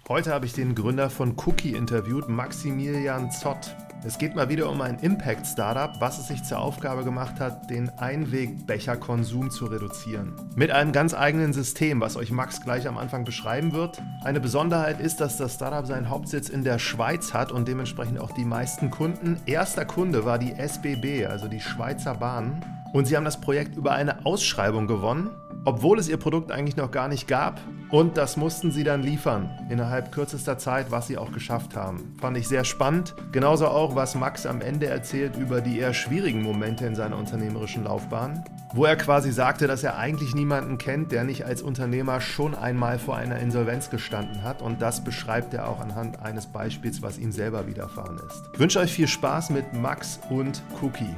Heute habe ich den Gründer von Cookie interviewt, Maximilian Zott. Es geht mal wieder um ein Impact-Startup, was es sich zur Aufgabe gemacht hat, den Einwegbecherkonsum zu reduzieren. Mit einem ganz eigenen System, was euch Max gleich am Anfang beschreiben wird. Eine Besonderheit ist, dass das Startup seinen Hauptsitz in der Schweiz hat und dementsprechend auch die meisten Kunden. Erster Kunde war die SBB, also die Schweizer Bahn. Und sie haben das Projekt über eine Ausschreibung gewonnen, obwohl es ihr Produkt eigentlich noch gar nicht gab. Und das mussten sie dann liefern, innerhalb kürzester Zeit, was sie auch geschafft haben. Fand ich sehr spannend. Genauso auch, was Max am Ende erzählt über die eher schwierigen Momente in seiner unternehmerischen Laufbahn. Wo er quasi sagte, dass er eigentlich niemanden kennt, der nicht als Unternehmer schon einmal vor einer Insolvenz gestanden hat. Und das beschreibt er auch anhand eines Beispiels, was ihm selber widerfahren ist. Ich wünsche euch viel Spaß mit Max und Cookie.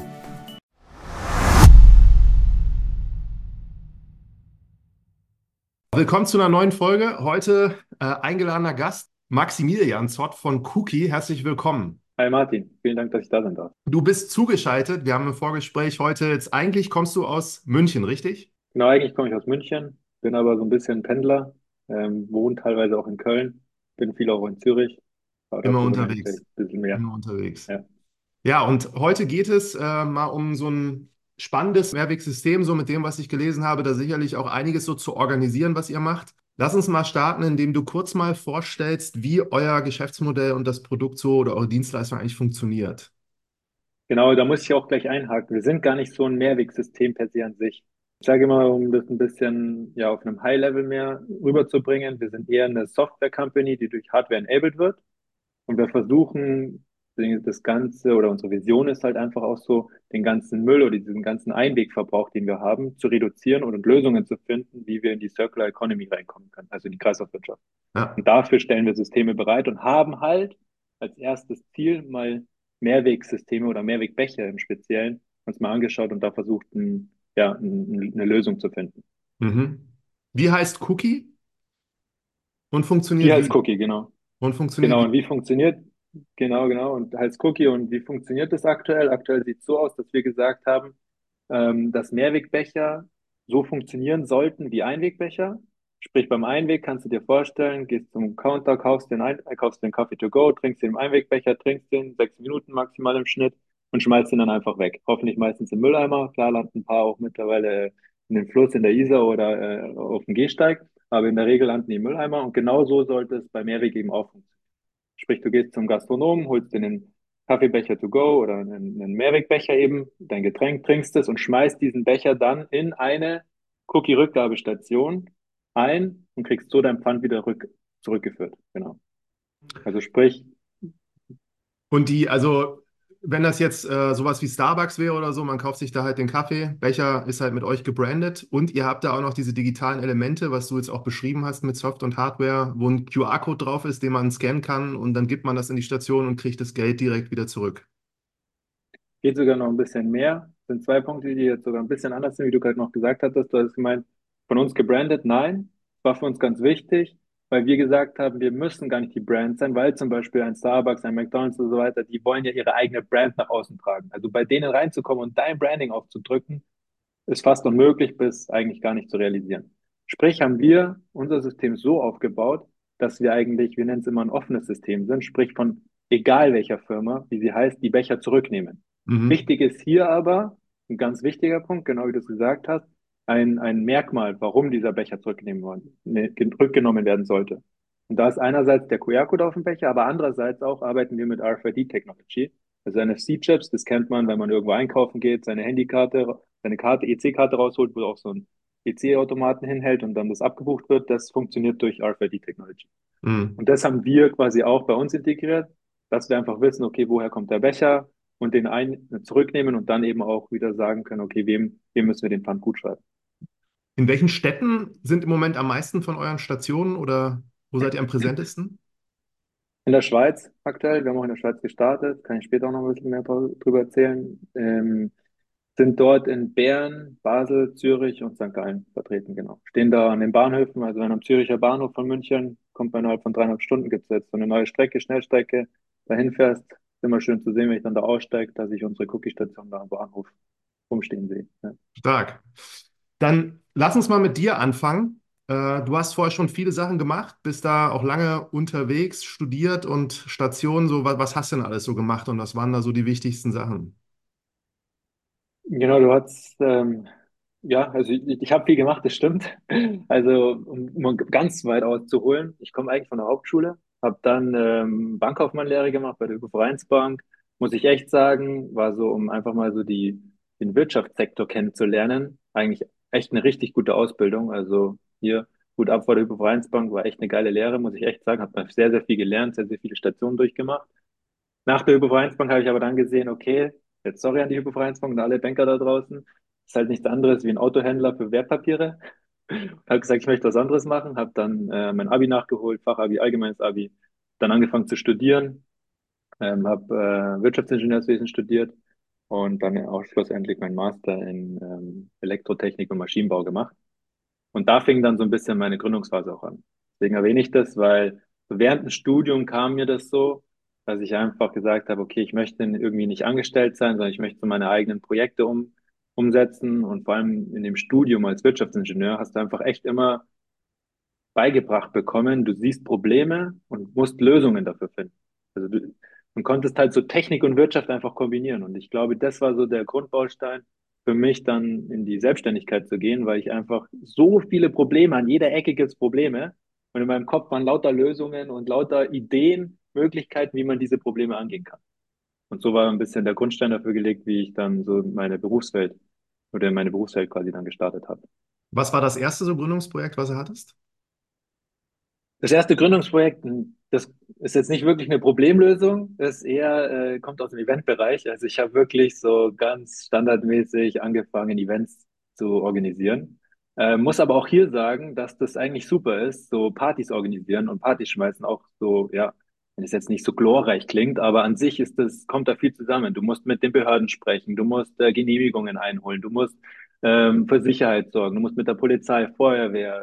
Willkommen zu einer neuen Folge. Heute eingeladener Gast Maximilian Zott von Cookie. Herzlich willkommen. Hi Martin, vielen Dank, dass ich da sein darf. Du bist zugeschaltet. Wir haben im Vorgespräch heute jetzt eigentlich kommst du aus München, richtig? Genau, eigentlich komme ich aus München, bin aber so ein bisschen Pendler, wohne teilweise auch in Köln, bin viel auch in Zürich, aber Immer dazu wahrscheinlich gleich unterwegs. ein bisschen mehr. Immer unterwegs. Ja. Ja, und heute geht es mal um so ein spannendes Mehrwegsystem, so mit dem, was ich gelesen habe, da sicherlich auch einiges so zu organisieren, was ihr macht. Lass uns mal starten, indem du kurz mal vorstellst, wie euer Geschäftsmodell und das Produkt so oder eure Dienstleistung eigentlich funktioniert. Genau, da muss ich auch gleich einhaken. Wir sind gar nicht so ein Mehrwegsystem per se an sich. Ich sage immer, um das ein bisschen ja, auf einem High-Level mehr rüberzubringen, wir sind eher eine Software-Company, die durch Hardware enabled wird. Und wir versuchen, das Ganze oder unsere Vision ist halt einfach auch so, den ganzen Müll oder diesen ganzen Einwegverbrauch, den wir haben, zu reduzieren und Lösungen zu finden, wie wir in die Circular Economy reinkommen können, also in die Kreislaufwirtschaft. Ja. Und dafür stellen wir Systeme bereit und haben halt als erstes Ziel mal Mehrwegsysteme oder Mehrwegbecher im Speziellen uns mal angeschaut und da versucht, eine Lösung zu finden. Mhm. Wie heißt Cookie und Die funktioniert heißt wie? Cookie, genau. Und funktioniert Genau, wie? und wie funktioniert, genau, und heißt Cookie und wie funktioniert das aktuell? Aktuell sieht es so aus, dass wir gesagt haben, dass Mehrwegbecher so funktionieren sollten wie Einwegbecher. Sprich, beim Einweg kannst du dir vorstellen, gehst zum Counter, kaufst den Kaffee to go, trinkst den im Einwegbecher, trinkst den 6 Minuten maximal im Schnitt und schmeißt den dann einfach weg. Hoffentlich meistens im Mülleimer. Klar landen ein paar auch mittlerweile in den Fluss, in der Isar oder auf dem Gehsteig, aber in der Regel landen die im Mülleimer und genau so sollte es bei Mehrweg eben auch funktionieren. Sprich, du gehst zum Gastronomen, holst dir einen Kaffeebecher to go oder einen Mehrwegbecher eben, dein Getränk, trinkst es und schmeißt diesen Becher dann in eine Cookie-Rückgabestation ein und kriegst so dein Pfand wieder zurückgeführt. Genau. Also sprich, Und die, also, wenn das jetzt sowas wie Starbucks wäre oder so, man kauft sich da halt den Kaffee, Becher ist halt mit euch gebrandet und ihr habt da auch noch diese digitalen Elemente, was du jetzt auch beschrieben hast mit Soft und Hardware, wo ein QR-Code drauf ist, den man scannen kann und dann gibt man das in die Station und kriegt das Geld direkt wieder zurück. geht sogar noch ein bisschen mehr. Das sind zwei Punkte, die jetzt sogar ein bisschen anders sind, wie du gerade noch gesagt hattest. Du hast gemeint, von uns gebrandet? Nein, war für uns ganz wichtig, weil wir gesagt haben, wir müssen gar nicht die Brand sein, weil zum Beispiel ein Starbucks, ein McDonald's und so weiter, die wollen ja ihre eigene Brand nach außen tragen. Also bei denen reinzukommen und dein Branding aufzudrücken, ist fast unmöglich bis eigentlich gar nicht zu realisieren. Sprich, haben wir unser System so aufgebaut, dass wir eigentlich, wir nennen es immer ein offenes System sind, sprich von egal welcher Firma, wie sie heißt, die Becher zurücknehmen. Mhm. Wichtig ist hier aber, ein ganz wichtiger Punkt, genau wie du es gesagt hast, ein Merkmal, warum dieser Becher zurückgenommen werden sollte. Und da ist einerseits der QR-Code auf dem Becher, aber andererseits auch arbeiten wir mit RFID-Technology. Also NFC-Chips, das kennt man, wenn man irgendwo einkaufen geht, seine Karte, EC-Karte rausholt, wo auch so ein EC-Automaten hinhält und dann das abgebucht wird, das funktioniert durch RFID-Technology. Mhm. Und das haben wir quasi auch bei uns integriert, dass wir einfach wissen, okay, woher kommt der Becher und zurücknehmen und dann eben auch wieder sagen können, okay, wem müssen wir den Pfand gut schreiben. In welchen Städten sind im Moment am meisten von euren Stationen oder wo seid ihr am präsentesten? In der Schweiz aktuell, wir haben auch in der Schweiz gestartet, kann ich später auch noch ein bisschen mehr drüber erzählen, sind dort in Bern, Basel, Zürich und St. Gallen vertreten, genau. Stehen da an den Bahnhöfen, also wenn am Züricher Bahnhof von München kommt man innerhalb von 3,5 Stunden, gibt es jetzt so eine neue Strecke, Schnellstrecke, dahin fährst, ist immer schön zu sehen, wenn ich dann da aussteige, dass ich unsere Cookie-Station da am Bahnhof rumstehen sehe. Ja. Stark. Dann lass uns mal mit dir anfangen. Du hast vorher schon viele Sachen gemacht, bist da auch lange unterwegs, studiert und Stationen. So, was hast du denn alles so gemacht und was waren da so die wichtigsten Sachen? Genau, du hast, ja, also ich habe viel gemacht, das stimmt. Also, um ganz weit auszuholen, ich komme eigentlich von der Hauptschule, habe dann Bankkaufmannlehre gemacht bei der Hypo Vereinsbank. Muss ich echt sagen, war so, um einfach mal so den Wirtschaftssektor kennenzulernen, eigentlich echt eine richtig gute Ausbildung. Also hier gut ab vor der Hypo Vereinsbank, war echt eine geile Lehre, muss ich echt sagen. Habe sehr, sehr viel gelernt, sehr, sehr viele Stationen durchgemacht. Nach der Hypo-Vereinsbank habe ich aber dann gesehen, okay, jetzt sorry an die Hypo-Vereinsbank und alle Banker da draußen, ist halt nichts anderes wie ein Autohändler für Wertpapiere. Habe gesagt, ich möchte was anderes machen, habe dann mein Abi nachgeholt, Fachabi, allgemeines Abi, dann angefangen zu studieren, habe Wirtschaftsingenieurswesen studiert und dann auch schlussendlich meinen Master in Elektrotechnik und Maschinenbau gemacht. Und da fing dann so ein bisschen meine Gründungsphase auch an. Deswegen erwähne ich das, weil während dem Studium kam mir das so, dass ich einfach gesagt habe, okay, ich möchte irgendwie nicht angestellt sein, sondern ich möchte so meine eigenen Projekte umsetzen. Und vor allem in dem Studium als Wirtschaftsingenieur hast du einfach echt immer beigebracht bekommen, du siehst Probleme und musst Lösungen dafür finden. Also du konntest halt so Technik und Wirtschaft einfach kombinieren. Und ich glaube, das war so der Grundbaustein für mich, dann in die Selbstständigkeit zu gehen, weil ich einfach so viele Probleme, an jeder Ecke gibt es Probleme. Und in meinem Kopf waren lauter Lösungen und lauter Ideen, Möglichkeiten, wie man diese Probleme angehen kann. Und so war ein bisschen der Grundstein dafür gelegt, wie ich dann so meine Berufswelt quasi dann gestartet habe. Was war das erste so Gründungsprojekt, was du hattest? Das erste Gründungsprojekt, das ist jetzt nicht wirklich eine Problemlösung, das eher kommt aus dem Eventbereich. Also ich habe wirklich so ganz standardmäßig angefangen, Events zu organisieren. Muss aber auch hier sagen, dass das eigentlich super ist, so Partys organisieren und Partys schmeißen auch so, ja, wenn es jetzt nicht so glorreich klingt, aber an sich kommt da viel zusammen. Du musst mit den Behörden sprechen, du musst Genehmigungen einholen, du musst für Sicherheit sorgen, du musst mit der Polizei, Feuerwehr,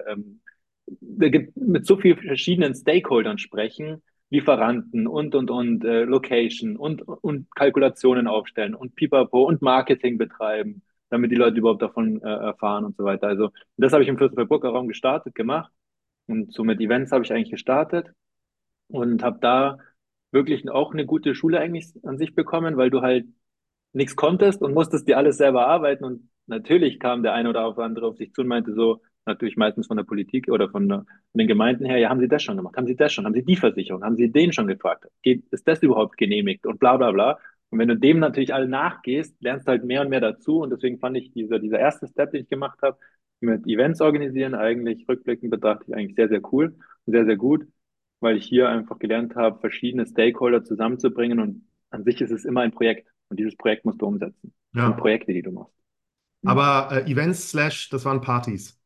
da gibt mit so vielen verschiedenen Stakeholdern sprechen, Lieferanten und Location und Kalkulationen aufstellen und Pipapo und Marketing betreiben, damit die Leute überhaupt davon erfahren und so weiter. Also das habe ich im Fürstenfeldbrucker Raum gestartet, gemacht und so mit Events habe ich eigentlich gestartet und habe da wirklich auch eine gute Schule eigentlich an sich bekommen, weil du halt nichts konntest und musstest dir alles selber arbeiten. Und natürlich kam der eine oder andere auf dich zu und meinte so, natürlich meistens von der Politik oder von den Gemeinden her, ja, haben Sie das schon gemacht? Haben Sie das schon? Haben Sie die Versicherung? Haben Sie den schon gefragt? Ist das überhaupt genehmigt? Und bla bla bla. Und wenn du dem natürlich alle nachgehst, lernst du halt mehr und mehr dazu. Und deswegen fand ich dieser erste Step, den ich gemacht habe, mit Events organisieren, eigentlich rückblickend betrachtet, eigentlich sehr, sehr cool und sehr, sehr gut, weil ich hier einfach gelernt habe, verschiedene Stakeholder zusammenzubringen und an sich ist es immer ein Projekt und dieses Projekt musst du umsetzen. Das sind Ja. Projekte, die du machst. Mhm. Aber Events slash, das waren Partys.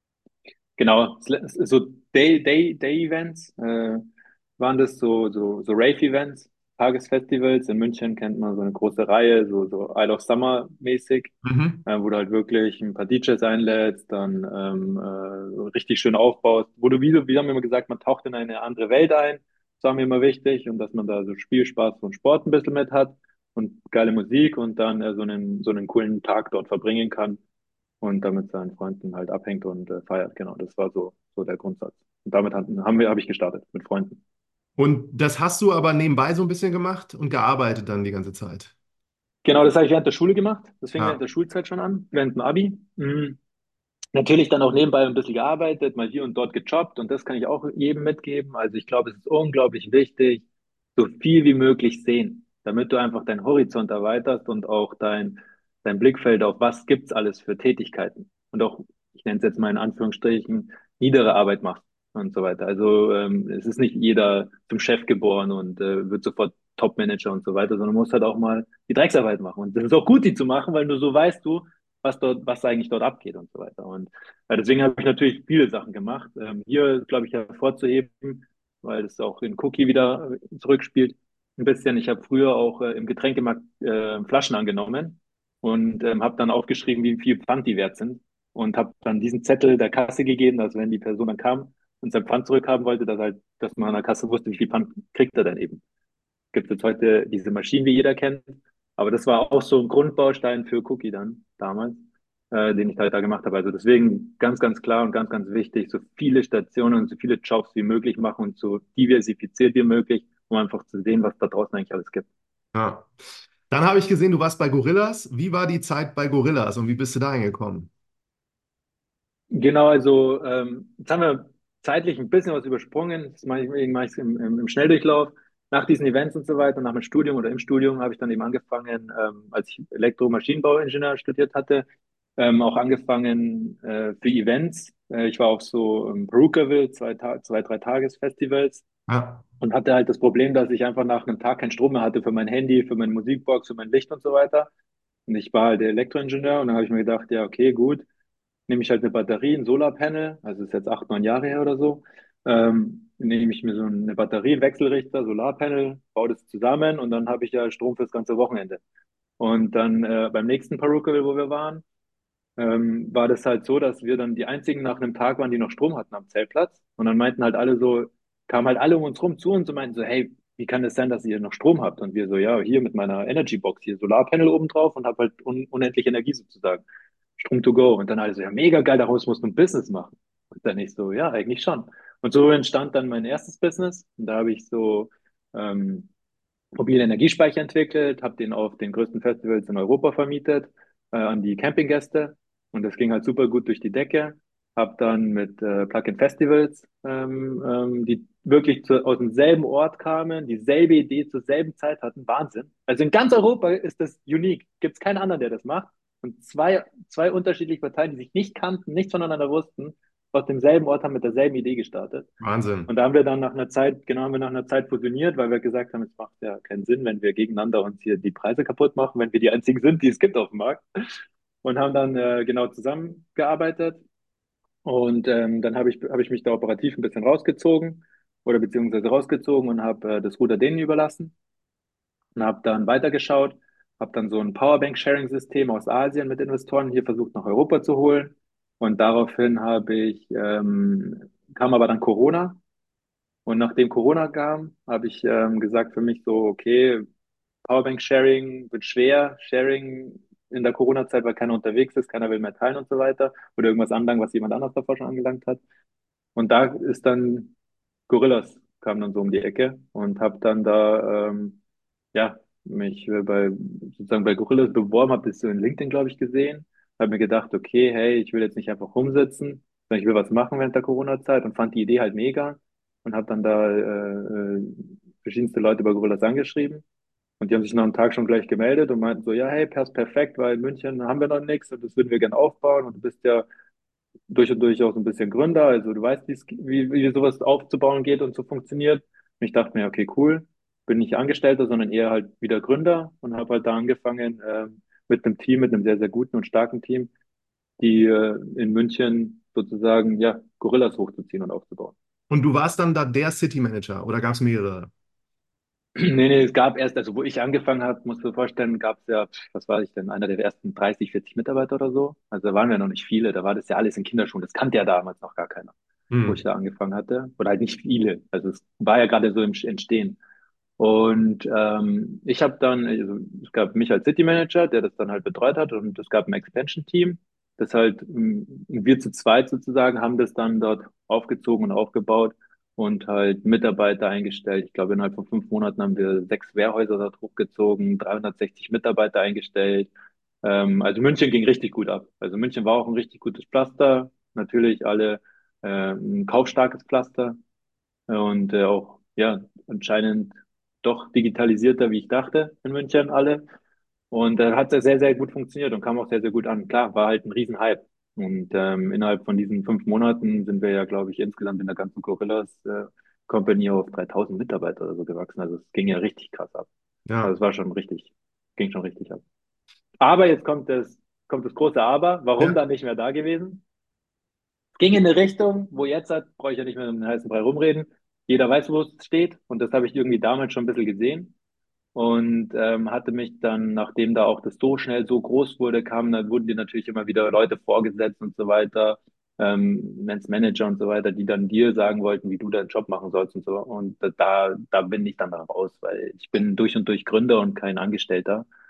Genau, so Day-Events waren das so Rave-Events, Tagesfestivals. In München kennt man so eine große Reihe, so Isle of Summer mäßig, Mhm. wo du halt wirklich ein paar DJs einlädst, dann richtig schön aufbaust, wo du, wie haben wir immer gesagt, man taucht in eine andere Welt ein. Das war mir immer wichtig und dass man da so Spiel, Spaß und Sport ein bisschen mit hat und geile Musik und dann so einen coolen Tag dort verbringen kann und damit mit seinen Freunden halt abhängt und feiert. Genau, das war so der Grundsatz. Und damit habe ich gestartet mit Freunden. Und das hast du aber nebenbei so ein bisschen gemacht und gearbeitet dann die ganze Zeit. Genau, das habe ich während der Schule gemacht. Das fing während Ja. der Schulzeit schon an, während dem Abi. Natürlich dann auch nebenbei ein bisschen gearbeitet, mal hier und dort gejobbt und das kann ich auch jedem mitgeben. Also ich glaube, es ist unglaublich wichtig, so viel wie möglich sehen, damit du einfach deinen Horizont erweiterst und auch dein Blickfeld auf was gibt's alles für Tätigkeiten und auch, ich nenne es jetzt mal in Anführungsstrichen, niedere Arbeit machst und so weiter. Also es ist nicht jeder zum Chef geboren und wird sofort Top-Manager und so weiter, sondern muss halt auch mal die Drecksarbeit machen. Und das ist auch gut, die zu machen, weil nur so weißt du, was eigentlich dort abgeht und so weiter. Und deswegen habe ich natürlich viele Sachen gemacht. Hier, glaube ich, hervorzuheben, weil es auch in Cookie wieder zurückspielt, ein bisschen. Ich habe früher auch im Getränkemarkt Flaschen angenommen und habe dann aufgeschrieben, wie viel Pfand die wert sind und habe dann diesen Zettel der Kasse gegeben, dass wenn die Person dann kam und sein Pfand zurückhaben wollte, dass man an der Kasse wusste, wie viel Pfand kriegt er denn eben. Gibt es jetzt heute diese Maschinen, wie jeder kennt, aber das war auch so ein Grundbaustein für Cookie dann damals. den ich halt da gemacht habe. Also deswegen ganz, ganz klar und ganz, ganz wichtig, so viele Stationen und so viele Jobs wie möglich machen und so diversifiziert wie möglich, um einfach zu sehen, was da draußen eigentlich alles gibt. Ja. Dann habe ich gesehen, du warst bei Gorillas. Wie war die Zeit bei Gorillas und wie bist du da hingekommen? Genau, also jetzt haben wir zeitlich ein bisschen was übersprungen. Das mache ich im Schnelldurchlauf. Nach diesen Events und so weiter, nach dem Studium oder im Studium habe ich dann eben angefangen, als ich Elektromaschinenbauingenieur studiert hatte, auch angefangen für Events. Ich war auf so Perukaville, zwei, drei Tagesfestivals Ja, und hatte halt das Problem, dass ich einfach nach einem Tag keinen Strom mehr hatte für mein Handy, für meine Musikbox, für mein Licht und so weiter. Und ich war halt Elektroingenieur und dann habe ich mir gedacht, ja, okay, gut, nehme ich halt eine Batterie, ein Solarpanel, also ist jetzt 8, 9 Jahre her oder so, nehme ich mir so eine Batterie, einen Wechselrichter, Solarpanel, baue das zusammen und dann habe ich ja Strom fürs ganze Wochenende. Und dann beim nächsten Perukaville, wo wir waren, war das halt so, dass wir dann die einzigen nach einem Tag waren, die noch Strom hatten am Zeltplatz. Und dann meinten halt alle so, kamen halt alle um uns rum zu uns und meinten so, hey, wie kann das sein, dass ihr noch Strom habt? Und wir so, ja, hier mit meiner Energy Box, hier Solarpanel oben drauf und habe halt unendlich Energie sozusagen. Strom to go. Und dann alle so, ja, mega geil, daraus musst du ein Business machen. Und dann ich so, ja, eigentlich schon. Und so entstand dann mein erstes Business. Und da habe ich so ähm, mobile Energiespeicher entwickelt, habe den auf den größten Festivals in Europa vermietet, an die Campinggäste. Und das ging halt super gut durch die Decke. Habe dann mit Plug-in-Festivals, die wirklich aus demselben Ort kamen, dieselbe Idee zur selben Zeit hatten. Wahnsinn. Also in ganz Europa ist das unique. Gibt es keinen anderen, der das macht. Und zwei unterschiedliche Parteien, die sich nicht kannten, nichts voneinander wussten, aus demselben Ort haben mit derselben Idee gestartet. Wahnsinn. Und da haben wir dann nach einer Zeit, genau, haben wir nach einer Zeit fusioniert, weil wir gesagt haben, es macht ja keinen Sinn, wenn wir gegeneinander uns hier die Preise kaputt machen, wenn wir die einzigen sind, die es gibt auf dem Markt. Und haben dann genau zusammengearbeitet. Und dann hab ich mich da operativ ein bisschen rausgezogen oder beziehungsweise rausgezogen und habe das Ruder denen überlassen und habe dann weitergeschaut, habe dann so ein Powerbank-Sharing-System aus Asien mit Investoren hier versucht nach Europa zu holen. Und daraufhin kam aber dann Corona und nachdem Corona kam, habe ich gesagt für mich so, okay, Powerbank-Sharing wird schwer, Sharing in der Corona-Zeit, weil keiner unterwegs ist, keiner will mehr teilen und so weiter oder irgendwas anlangen, was jemand anders davor schon angelangt hat. Und da ist dann Gorillas kam dann so um die Ecke und habe dann da ja mich bei Gorillas beworben, habe das so in LinkedIn glaube ich gesehen, habe mir gedacht, okay, hey, ich will jetzt nicht einfach rumsitzen, sondern ich will was machen während der Corona-Zeit und fand die Idee halt mega und habe dann da verschiedenste Leute über Gorillas angeschrieben und die haben sich nach einem Tag schon gleich gemeldet und meinten so, ja, hey, passt perfekt, weil in München haben wir noch nichts und das würden wir gerne aufbauen und du bist ja durch und durch auch so ein bisschen Gründer, also du weißt, wie sowas aufzubauen geht und so funktioniert. Und ich dachte mir, okay, cool, bin nicht Angestellter, sondern eher halt wieder Gründer und habe halt da angefangen mit einem Team, mit einem sehr, sehr guten und starken Team, die in München sozusagen, ja, Gorillas hochzuziehen und aufzubauen. Und du warst dann da der City Manager oder gab es mehrere? Nee, es gab erst, also wo ich angefangen habe, musst du dir vorstellen, gab es ja, was war ich denn, einer der ersten 30, 40 Mitarbeiter oder so. Also da waren wir noch nicht viele, da war das ja alles in Kinderschuhen, das kannte ja damals noch gar keiner, wo ich Hm. da angefangen hatte. Oder halt nicht viele, also es war ja gerade so im Entstehen. Und ich habe dann, also es gab mich als City Manager, der das dann halt betreut hat und es gab ein Expansion-Team, das halt, wir zu zweit sozusagen haben das dann dort aufgezogen und aufgebaut und halt Mitarbeiter eingestellt. Ich glaube, innerhalb von 5 Monaten haben wir 6 Warehäuser dort hochgezogen, 360 Mitarbeiter eingestellt. Also München ging richtig gut ab. Also München war auch ein richtig gutes Pflaster. Natürlich alle ein kaufstarkes Pflaster und auch ja anscheinend doch digitalisierter, wie ich dachte, in München alle. Und hat sehr, sehr gut funktioniert und kam auch sehr, sehr gut an. Klar, war halt ein Riesenhype. Und innerhalb von diesen 5 Monaten sind wir ja, glaube ich, insgesamt in der ganzen Gorillas Company auf 3000 Mitarbeiter oder so gewachsen. Also es ging ja richtig krass ab. Also Ja, es war schon richtig, ging schon richtig ab. Aber jetzt kommt das große Aber. Warum ja. dann nicht mehr da gewesen? Ging in eine Richtung, wo jetzt hat, brauche ich ja nicht mehr um den heißen Brei rumreden. Jeder weiß, wo es steht. Und das habe ich irgendwie damals schon ein bisschen gesehen. Und hatte mich dann, nachdem da auch das so schnell so groß wurde, dann wurden dir natürlich immer wieder Leute vorgesetzt und so weiter, nenn's Manager und so weiter, die dann dir sagen wollten, wie du deinen Job machen sollst und so. Und da bin ich dann raus, weil ich bin durch und durch Gründer und kein Angestellter.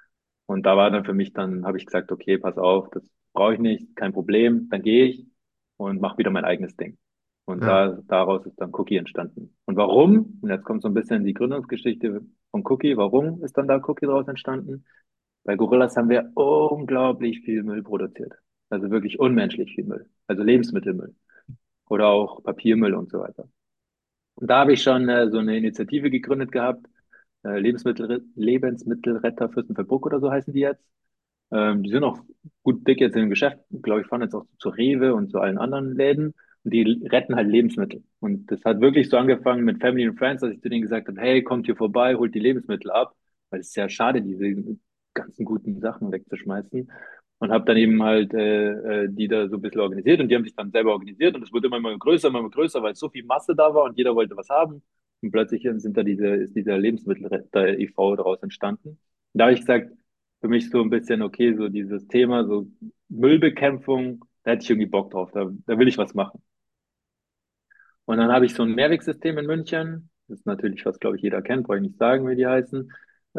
Und da war dann für mich dann, habe ich gesagt, okay, pass auf, das brauche ich nicht, kein Problem, dann gehe ich und mache wieder mein eigenes Ding. Und Ja, daraus ist dann Cookie entstanden. Und warum? Und jetzt kommt so ein bisschen die Gründungsgeschichte von Cookie. Warum ist dann da Cookie daraus entstanden? Bei Gorillas haben wir unglaublich viel Müll produziert. Also wirklich unmenschlich viel Müll. Also Lebensmittelmüll oder auch Papiermüll und so weiter. Und da habe ich schon so eine Initiative gegründet gehabt. Lebensmittelretter Fürstenfeldbruck oder so heißen die jetzt. Die sind auch gut dick jetzt im Geschäft, glaube ich, fahren jetzt auch zu Rewe und zu allen anderen Läden. Und die retten halt Lebensmittel. Und das hat wirklich so angefangen mit Family and Friends, dass ich zu denen gesagt habe, hey, kommt hier vorbei, holt die Lebensmittel ab. Weil es ist ja schade, diese ganzen guten Sachen wegzuschmeißen. Und habe dann eben halt die da so ein bisschen organisiert und die haben sich dann selber organisiert und es wurde immer größer, weil so viel Masse da war und jeder wollte was haben. Und plötzlich ist dieser Lebensmittelretter e.V. daraus entstanden. Und da habe ich gesagt, für mich so ein bisschen, okay, so dieses Thema, so Müllbekämpfung, da hätte ich irgendwie Bock drauf, da will ich was machen. Und dann habe ich so ein Mehrwegsystem in München, das ist natürlich, was glaube ich jeder kennt, brauche ich nicht sagen, wie die heißen,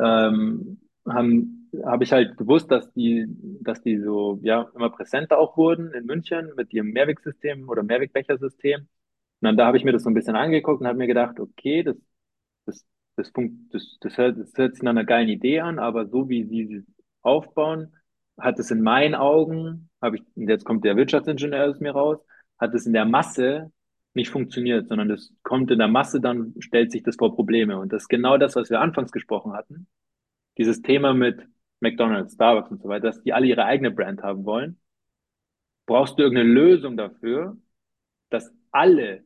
habe ich halt gewusst, dass die so, ja, immer präsenter auch wurden in München mit ihrem Mehrwegsystem oder Mehrwegbechersystem. Und dann da habe ich mir das so ein bisschen angeguckt und habe mir gedacht, okay, das, das hört sich nach einer geilen Idee an, aber so wie sie es aufbauen, hat es in meinen Augen, und jetzt kommt der Wirtschaftsingenieur aus mir raus, hat es in der Masse nicht funktioniert, sondern das kommt in der Masse, dann stellt sich das vor Probleme. Und das ist genau das, was wir anfangs gesprochen hatten. Dieses Thema mit McDonald's, Starbucks und so weiter, dass die alle ihre eigene Brand haben wollen. Brauchst du irgendeine Lösung dafür, dass alle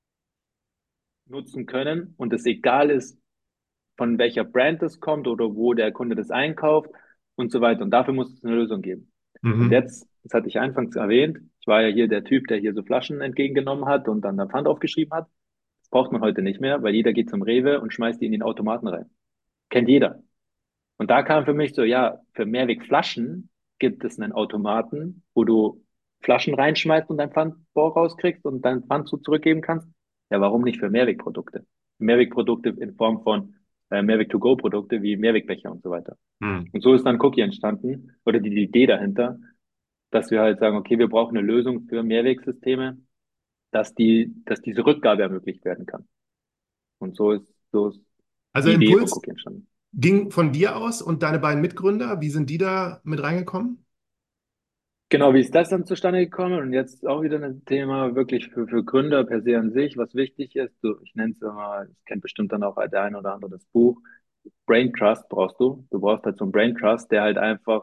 nutzen können und es egal ist, von welcher Brand es kommt oder wo der Kunde das einkauft und so weiter. Und dafür muss es eine Lösung geben. Und mhm. jetzt, das hatte ich anfangs erwähnt, ich war ja hier der Typ, der hier so Flaschen entgegengenommen hat und dann da Pfand aufgeschrieben hat. Das braucht man heute nicht mehr, weil jeder geht zum Rewe und schmeißt die in den Automaten rein. Kennt jeder. Und da kam für mich so, ja, für Mehrwegflaschen gibt es einen Automaten, wo du Flaschen reinschmeißt und dein Pfandbon rauskriegst und dein Pfand so zurückgeben kannst. Ja, warum nicht für Mehrwegprodukte? Mehrwegprodukte in Form von Mehrweg-to-go-Produkte wie Mehrwegbecher und so weiter. Hm. Und so ist dann Cookie entstanden oder die Idee dahinter, dass wir halt sagen, okay, wir brauchen eine Lösung für Mehrwegsysteme, dass diese Rückgabe ermöglicht werden kann. Und so ist Also die Idee von Impuls Cookie entstanden. ging von dir aus und deine beiden Mitgründer, wie sind die da mit reingekommen? Genau, wie ist das dann zustande gekommen? Und jetzt auch wieder ein Thema wirklich für Gründer per se an sich, was wichtig ist. Du, ich nenne es immer, das kennt bestimmt dann auch der ein oder andere das Buch. Brain Trust brauchst du. Du brauchst halt so einen Brain Trust, der halt einfach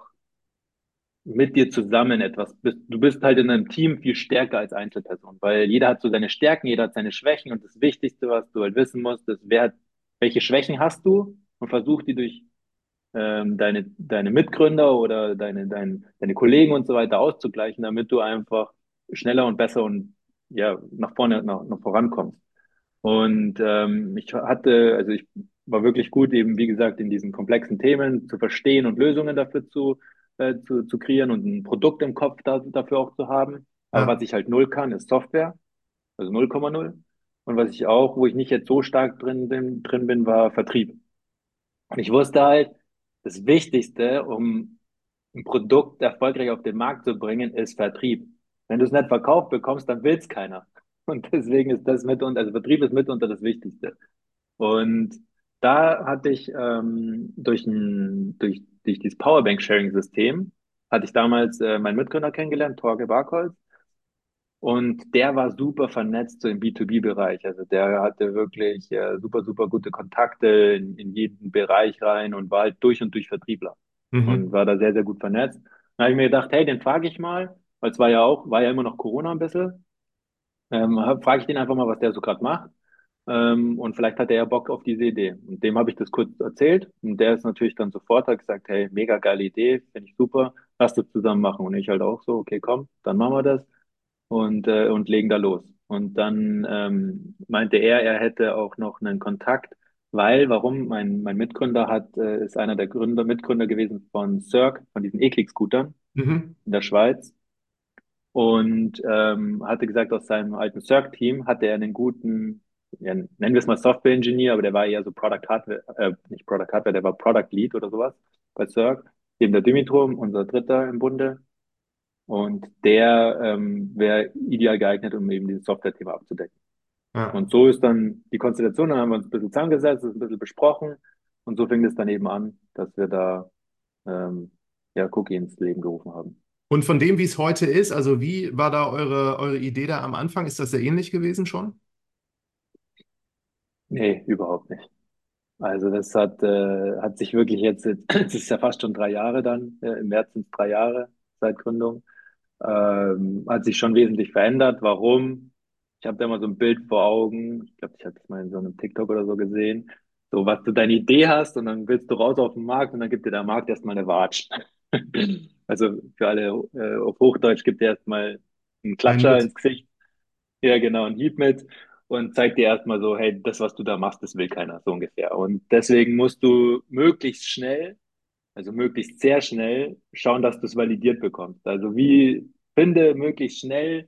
mit dir zusammen etwas bist. Du bist halt in einem Team viel stärker als Einzelperson, weil jeder hat so seine Stärken, jeder hat seine Schwächen und das Wichtigste, was du halt wissen musst, ist, welche Schwächen hast du und versuch die durch deine Mitgründer oder deine Kollegen und so weiter auszugleichen, damit du einfach schneller und besser und ja, nach vorankommst. Und also ich war wirklich gut, eben wie gesagt, in diesen komplexen Themen zu verstehen und Lösungen dafür zu kreieren und ein Produkt im Kopf dafür auch zu haben. Aber was Ja. ich halt null kann, ist Software, also 0,0. Und was ich auch, wo ich nicht jetzt so stark drin bin, war Vertrieb. Und ich wusste halt, das Wichtigste, um ein Produkt erfolgreich auf den Markt zu bringen, ist Vertrieb. Wenn du es nicht verkauft bekommst, dann will es keiner. Und deswegen ist das mitunter, also Vertrieb ist mitunter das Wichtigste. Und da hatte ich durch dieses Powerbank-Sharing-System, hatte ich damals meinen Mitgründer kennengelernt, Torge Barkholz. Und der war super vernetzt so im B2B-Bereich. Also der hatte wirklich super gute Kontakte in jeden Bereich rein und war halt durch und durch Vertriebler und Mhm. war da sehr gut vernetzt. Dann habe ich mir gedacht, hey, den frage ich mal, weil es war ja immer noch Corona ein bisschen. Frage ich den einfach mal, was der so gerade macht. Und vielleicht hat er ja Bock auf diese Idee. Und dem habe ich das kurz erzählt. Und der ist natürlich dann sofort, hat gesagt, hey, mega geile Idee, finde ich super, lass das zusammen machen. Und ich halt auch so, okay, komm, dann machen wir das und legen da los. Und dann meinte er hätte auch noch einen Kontakt, warum? Mein Mitgründer ist einer der Mitgründer gewesen von Cirque, von diesen E-Click-Scootern Mhm. in der Schweiz. Und hatte gesagt, aus seinem alten Cirque-Team hatte er einen guten, ja, nennen wir es mal Software-Engineer, aber der war eher so Product Hardware, nicht Product Hardware, der war Product Lead oder sowas bei Cirque. eben der Dimitrum, unser Dritter im Bunde. Und der wäre ideal geeignet, um eben dieses Software-Thema abzudecken. Ja. Und so ist dann die Konstellation, dann haben wir uns ein bisschen zusammengesetzt, das ein bisschen besprochen. Und so fing es dann eben an, dass wir da ähm, ja, Cookie ins Leben gerufen haben. Und von dem, wie es heute ist, also wie war da eure Idee da am Anfang? Ist das sehr ähnlich gewesen schon? Nee, überhaupt nicht. Also das hat sich wirklich jetzt, es ist ja fast schon 3 Jahre dann, im März sind es 3 Jahre seit Gründung, hat sich schon wesentlich verändert. Warum? Ich habe da immer so ein Bild vor Augen, ich glaube, ich habe das mal in so einem TikTok oder so gesehen, so was du deine Idee hast und dann willst du raus auf den Markt und dann gibt dir der Markt erstmal eine Watsch. Also für alle auf Hochdeutsch gibt dir erstmal einen Ein Klatscher mit. ins Gesicht, ja, genau, ein Hieb mit und zeigt dir erstmal so, hey, das, was du da machst, das will keiner, so ungefähr. Und deswegen musst du möglichst schnell, also möglichst sehr schnell, schauen, dass du es validiert bekommst. Also wie finde möglichst schnell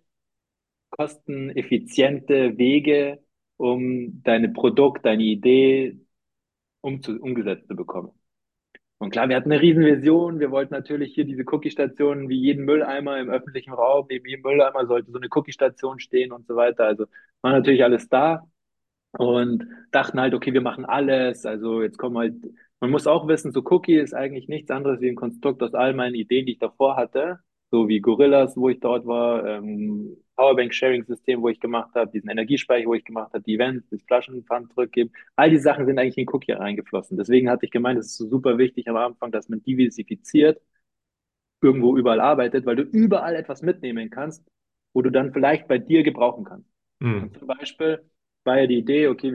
kosteneffiziente Wege, um deine Produkt, deine Idee umgesetzt zu bekommen. Und klar, wir hatten eine riesen Vision. Wir wollten natürlich hier diese Cookie-Stationen wie jeden Mülleimer im öffentlichen Raum, neben jedem Mülleimer sollte so eine Cookie-Station stehen und so weiter. Also war natürlich alles da und dachten halt, okay, wir machen alles. Also jetzt kommen halt, man muss auch wissen, so Cookie ist eigentlich nichts anderes wie ein Konstrukt aus all meinen Ideen, die ich davor hatte, so wie Gorillas, wo ich dort war, Powerbank-Sharing-System, wo ich gemacht habe, diesen Energiespeicher, wo ich gemacht habe, die Events, das Flaschenpfand zurückgeben. All die Sachen sind eigentlich in Cookie reingeflossen. Deswegen hatte ich gemeint, es ist so super wichtig am Anfang, dass man diversifiziert irgendwo überall arbeitet, weil du überall etwas mitnehmen kannst, wo du dann vielleicht bei dir gebrauchen kannst. Und Hm. zum Beispiel war ja die Idee, okay,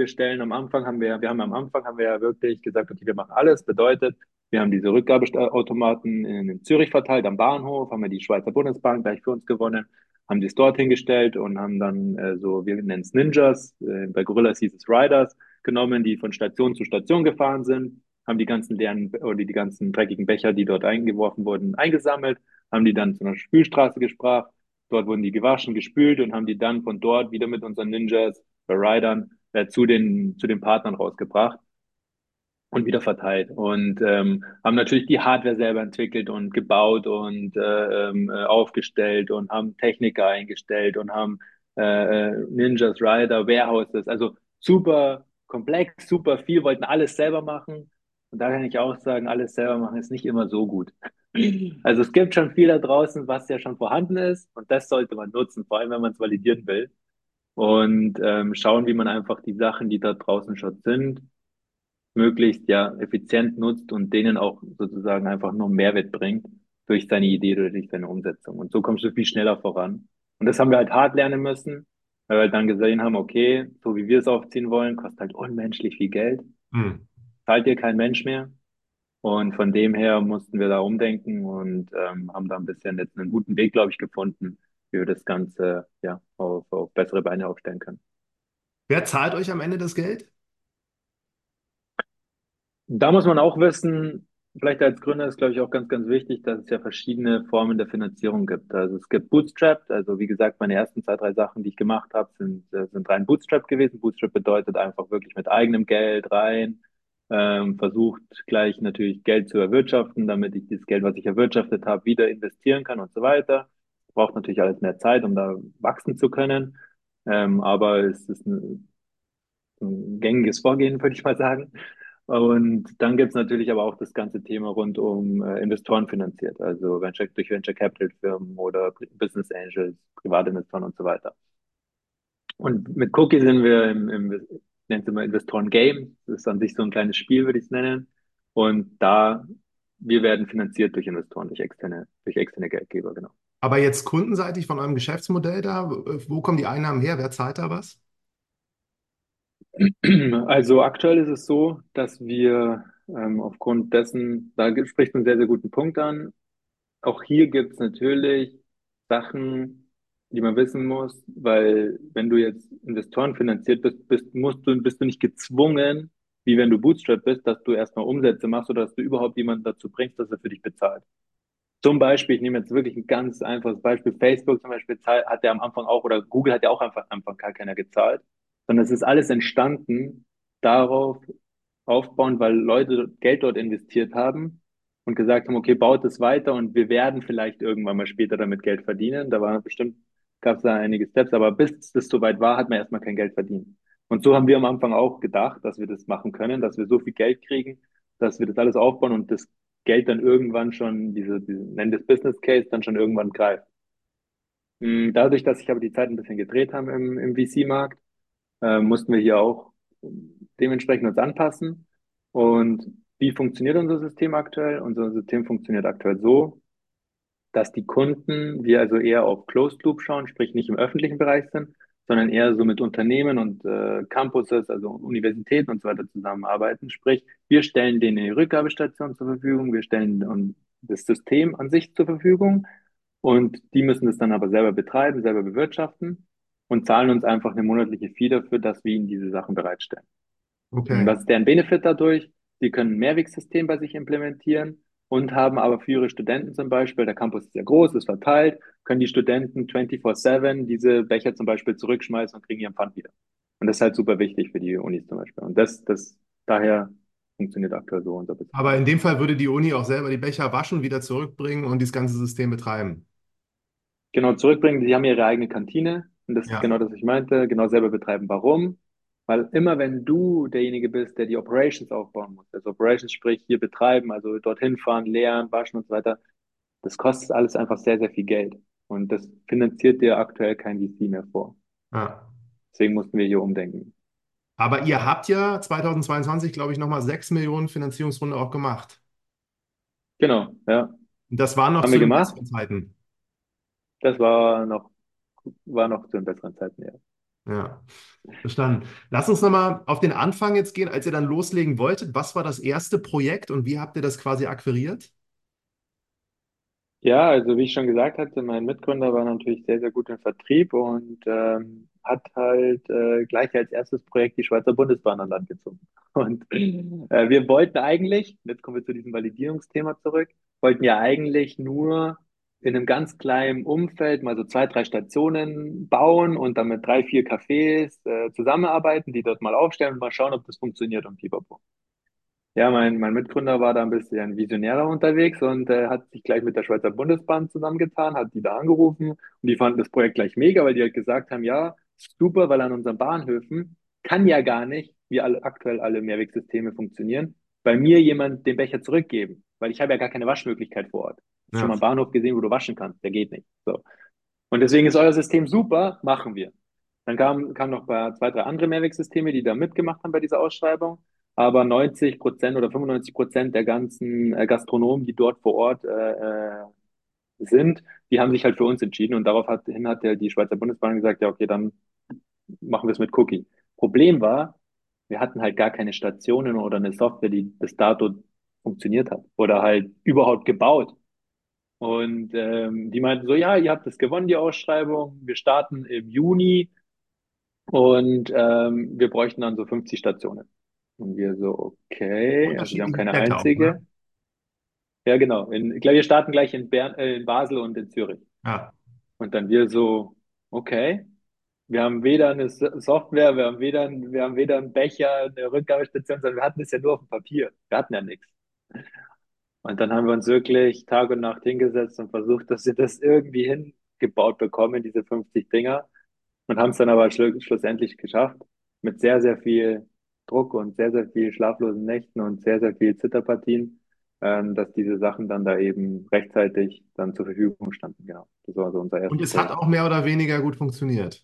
wir haben am Anfang haben wir ja wirklich gesagt, okay, wir machen alles. Bedeutet, wir haben diese Rückgabeautomaten in Zürich verteilt, am Bahnhof, haben wir die Schweizer Bundesbank gleich für uns gewonnen, haben die es dort hingestellt und haben dann so, wir nennen es Ninjas, bei Gorillas hieß es Riders, genommen, die von Station zu Station gefahren sind, haben die ganzen leeren oder die ganzen dreckigen Becher, die dort eingeworfen wurden, eingesammelt, haben die dann zu einer Spülstraße gebracht. Dort wurden die gewaschen, gespült und haben die dann von dort wieder mit unseren Ninjas, Riders, zu den Partnern rausgebracht und wieder verteilt. Und haben natürlich die Hardware selber entwickelt und gebaut und aufgestellt und haben Techniker eingestellt und haben Ninjas, Rider, Warehouses, also super komplex, super viel, wollten alles selber machen. Und da kann ich auch sagen, alles selber machen ist nicht immer so gut. Also es gibt schon viel da draußen, was ja schon vorhanden ist und das sollte man nutzen, vor allem wenn man es validieren will und schauen, wie man einfach die Sachen, die da draußen schon sind, möglichst ja effizient nutzt und denen auch sozusagen einfach nur Mehrwert bringt durch seine Idee oder durch seine Umsetzung. Und so kommst du viel schneller voran. Und das haben wir halt hart lernen müssen, weil wir halt dann gesehen haben, okay, so wie wir es aufziehen wollen, kostet halt unmenschlich viel Geld, Hm. zahlt dir kein Mensch mehr. Und von dem her mussten wir da umdenken und haben da ein bisschen jetzt einen guten Weg, glaube ich, gefunden, wie wir das Ganze ja auf bessere Beine aufstellen können. Wer zahlt euch am Ende das Geld? Da muss man auch wissen, vielleicht als Gründer ist, glaube ich, auch ganz, ganz wichtig, dass es ja verschiedene Formen der Finanzierung gibt. Also es gibt Bootstrap, also wie gesagt, meine ersten 2, 3 Sachen, die ich gemacht habe, sind rein Bootstrap gewesen. Bootstrap bedeutet einfach wirklich mit eigenem Geld rein, versucht gleich natürlich Geld zu erwirtschaften, damit ich dieses Geld, was ich erwirtschaftet habe, wieder investieren kann und so weiter. Braucht natürlich alles mehr Zeit, um da wachsen zu können. Aber es ist ein gängiges Vorgehen, würde ich mal sagen. Und dann gibt es natürlich aber auch das ganze Thema rund um Investoren finanziert, also durch Venture Capital Firmen oder Business Angels, Privatinvestoren und so weiter. Und mit Cookie sind wir ich nenne es immer Investoren Game. Das ist an sich so ein kleines Spiel, würde ich es nennen. Und wir werden finanziert durch Investoren, durch externe Geldgeber, genau. Aber jetzt kundenseitig von eurem Geschäftsmodell da, wo kommen die Einnahmen her? Wer zahlt da was? Also aktuell ist es so, dass wir aufgrund dessen, spricht einen sehr, sehr guten Punkt an. Auch hier gibt es natürlich Sachen, die man wissen muss, weil wenn du jetzt Investoren finanziert bist du nicht gezwungen, wie wenn du Bootstrap bist, dass du erstmal Umsätze machst oder dass du überhaupt jemanden dazu bringst, dass er für dich bezahlt. Zum Beispiel, ich nehme jetzt wirklich ein ganz einfaches Beispiel, Facebook zum Beispiel hat ja am Anfang auch, oder Google hat ja auch einfach am Anfang gar keiner gezahlt, sondern es ist alles entstanden darauf aufbauend, weil Leute Geld dort investiert haben und gesagt haben, okay, baut es weiter und wir werden vielleicht irgendwann mal später damit Geld verdienen. Da war bestimmt, gab es da einige Steps, aber bis das soweit war, hat man erstmal kein Geld verdient. Und so haben wir am Anfang auch gedacht, dass wir das machen können, dass wir so viel Geld kriegen, dass wir das alles aufbauen und das Geld dann irgendwann schon, nennen das Business Case, dann schon irgendwann greift. Dadurch, dass sich aber die Zeit ein bisschen gedreht haben im VC-Markt, mussten wir hier auch dementsprechend uns anpassen. Und wie funktioniert unser System aktuell? Unser System funktioniert aktuell so, dass die Kunden, wir also eher auf Closed Loop schauen, sprich nicht im öffentlichen Bereich sind, sondern eher so mit Unternehmen und Campuses, also Universitäten und so weiter zusammenarbeiten. Sprich, wir stellen denen eine Rückgabestation zur Verfügung, wir stellen das System an sich zur Verfügung und die müssen das dann aber selber betreiben, selber bewirtschaften und zahlen uns einfach eine monatliche Fee dafür, dass wir ihnen diese Sachen bereitstellen. Okay. Was ist deren Benefit dadurch? Sie können ein Mehrwegsystem bei sich implementieren und haben aber für ihre Studenten zum Beispiel, der Campus ist sehr groß, ist verteilt, können die Studenten 24/7 diese Becher zum Beispiel zurückschmeißen und kriegen ihren Pfand wieder. Und das ist halt super wichtig für die Unis zum Beispiel. Und daher funktioniert aktuell so unser Business. Aber in dem Fall würde die Uni auch selber die Becher waschen, wieder zurückbringen und dieses ganze System betreiben. Genau, zurückbringen, die haben ihre eigene Kantine. Und das ist Ja. genau das, was ich meinte, genau selber betreiben. Warum? Weil immer wenn du derjenige bist, der die Operations aufbauen muss, also Operations sprich hier betreiben, also dorthin fahren, leeren, waschen und so weiter, das kostet alles einfach sehr, sehr viel Geld. Und das finanziert dir aktuell kein VC mehr vor. Ja. Deswegen mussten wir hier umdenken. Aber ihr habt ja 2022, glaube ich, nochmal 6 Millionen Finanzierungsrunde auch gemacht. Genau, ja. Und das war noch Haben zu wir den gemacht. besseren Zeiten. Das war noch zu den besseren Zeiten, ja. Ja, verstanden. Lass uns nochmal auf den Anfang jetzt gehen, als ihr dann loslegen wolltet. Was war das erste Projekt und wie habt ihr das quasi akquiriert? Ja, also wie ich schon gesagt hatte, mein Mitgründer war natürlich sehr, sehr gut im Vertrieb und hat halt gleich als erstes Projekt die Schweizer Bundesbahn an Land gezogen. Und wir wollten eigentlich, jetzt kommen wir zu diesem Validierungsthema zurück, wollten ja eigentlich nur in einem ganz kleinen Umfeld mal so 2, 3 Stationen bauen und dann mit 3, 4 Cafés zusammenarbeiten, die dort mal aufstellen und mal schauen, ob das funktioniert und pipapo. Ja, mein Mitgründer war da ein bisschen visionärer unterwegs und hat sich gleich mit der Schweizer Bundesbahn zusammengetan, hat die da angerufen und die fanden das Projekt gleich mega, weil die halt gesagt haben, ja, super, weil an unseren Bahnhöfen kann ja gar nicht, wie aktuell alle Mehrwegsysteme funktionieren, bei mir jemand den Becher zurückgeben, weil ich habe ja gar keine Waschmöglichkeit vor Ort. Hast du schon Ja. mal einen Bahnhof gesehen, wo du waschen kannst? Der geht nicht. So. Und deswegen ist euer System super, machen wir. Dann kamen noch 2, 3 andere Mehrwegsysteme, die da mitgemacht haben bei dieser Ausschreibung. Aber 90% oder 95% der ganzen Gastronomen, die dort vor Ort sind, die haben sich halt für uns entschieden. Und daraufhin hat die Schweizer Bundesbahn gesagt, ja, okay, dann machen wir es mit Cookie. Problem war, wir hatten halt gar keine Stationen oder eine Software, die bis dato funktioniert hat oder halt überhaupt gebaut. Und die meinten so, ja, ihr habt das gewonnen, die Ausschreibung. Wir starten im Juni und wir bräuchten dann so 50 Stationen. Und wir so, okay, also wir haben Unterschiedliche keine Städte auch, ne? einzige. Ja, genau. Ich glaube, wir starten gleich in Basel und in Zürich. Ja. Und dann wir so, okay, wir haben weder eine Software, wir haben weder einen Becher, eine Rückgabestation, sondern wir hatten es ja nur auf dem Papier. Wir hatten ja nichts. Und dann haben wir uns wirklich Tag und Nacht hingesetzt und versucht, dass wir das irgendwie hingebaut bekommen, diese 50 Dinger. Und haben es dann aber schlussendlich geschafft. Mit sehr, sehr viel Druck und sehr, sehr viel schlaflosen Nächten und sehr, sehr viel Zitterpartien, dass diese Sachen dann da eben rechtzeitig dann zur Verfügung standen. Genau. Das war so unser Und erstes es hat Projekt. auch mehr oder weniger gut funktioniert.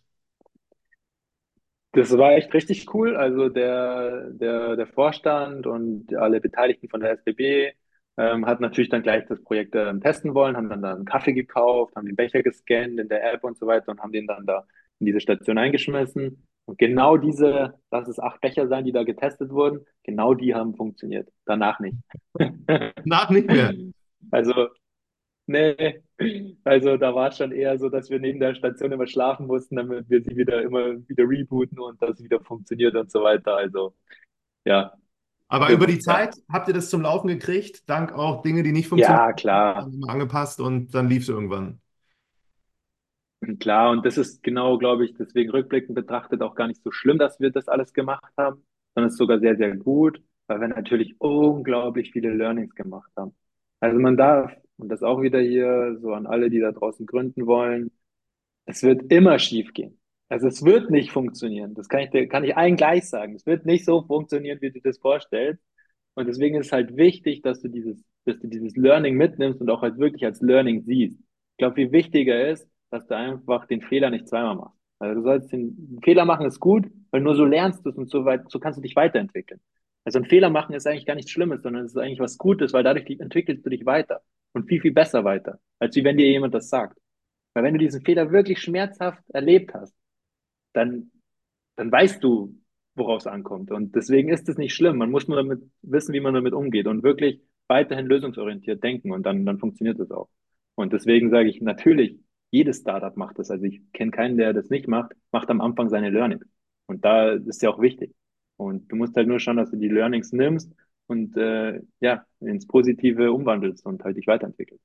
Das war echt richtig cool. Also der Vorstand und alle Beteiligten von der SBB hat natürlich dann gleich das Projekt testen wollen, haben dann da einen Kaffee gekauft, haben den Becher gescannt in der App und so weiter und haben den dann da in diese Station eingeschmissen. Und genau lass es 8 Becher sein, die da getestet wurden, genau die haben funktioniert. Danach nicht. Nach nicht mehr. Also nee, also da war es schon eher so, dass wir neben der Station immer schlafen mussten, damit wir sie immer wieder rebooten und das wieder funktioniert und so weiter. Also ja, Aber über die ja, Zeit habt ihr das zum Laufen gekriegt, dank auch Dinge, die nicht funktioniert ja, haben, klar, dann immer angepasst und dann lief es irgendwann. klar. Und das ist genau, glaube ich, deswegen rückblickend betrachtet auch gar nicht so schlimm, dass wir das alles gemacht haben, sondern es ist sogar sehr, sehr gut, weil wir natürlich unglaublich viele Learnings gemacht haben. Also man darf, und das auch wieder hier so an alle, die da draußen gründen wollen, es wird immer schief gehen. Also es wird nicht funktionieren. Das kann ich allen gleich sagen. Es wird nicht so funktionieren, wie du dir das vorstellst. Und deswegen ist es halt wichtig, dass du dieses Learning mitnimmst und auch halt wirklich als Learning siehst. Ich glaube, viel wichtiger ist, dass du einfach den Fehler nicht zweimal machst. Also du sollst den Fehler machen, ist gut, weil nur so lernst du es und so weit, so kannst du dich weiterentwickeln. Also ein Fehler machen ist eigentlich gar nichts Schlimmes, sondern es ist eigentlich was Gutes, weil dadurch entwickelst du dich weiter und viel, viel besser weiter, als wie wenn dir jemand das sagt. Weil wenn du diesen Fehler wirklich schmerzhaft erlebt hast, dann, dann weißt du, worauf es ankommt. Und deswegen ist es nicht schlimm. Man muss nur damit wissen, wie man damit umgeht und wirklich weiterhin lösungsorientiert denken und dann funktioniert es auch. Und deswegen sage ich natürlich, jedes Startup macht das. Also ich kenne keinen, der das nicht macht, macht am Anfang seine Learnings. Und da ist ja auch wichtig. Und du musst halt nur schauen, dass du die Learnings nimmst und ja, ins Positive umwandelst und halt dich weiterentwickelst.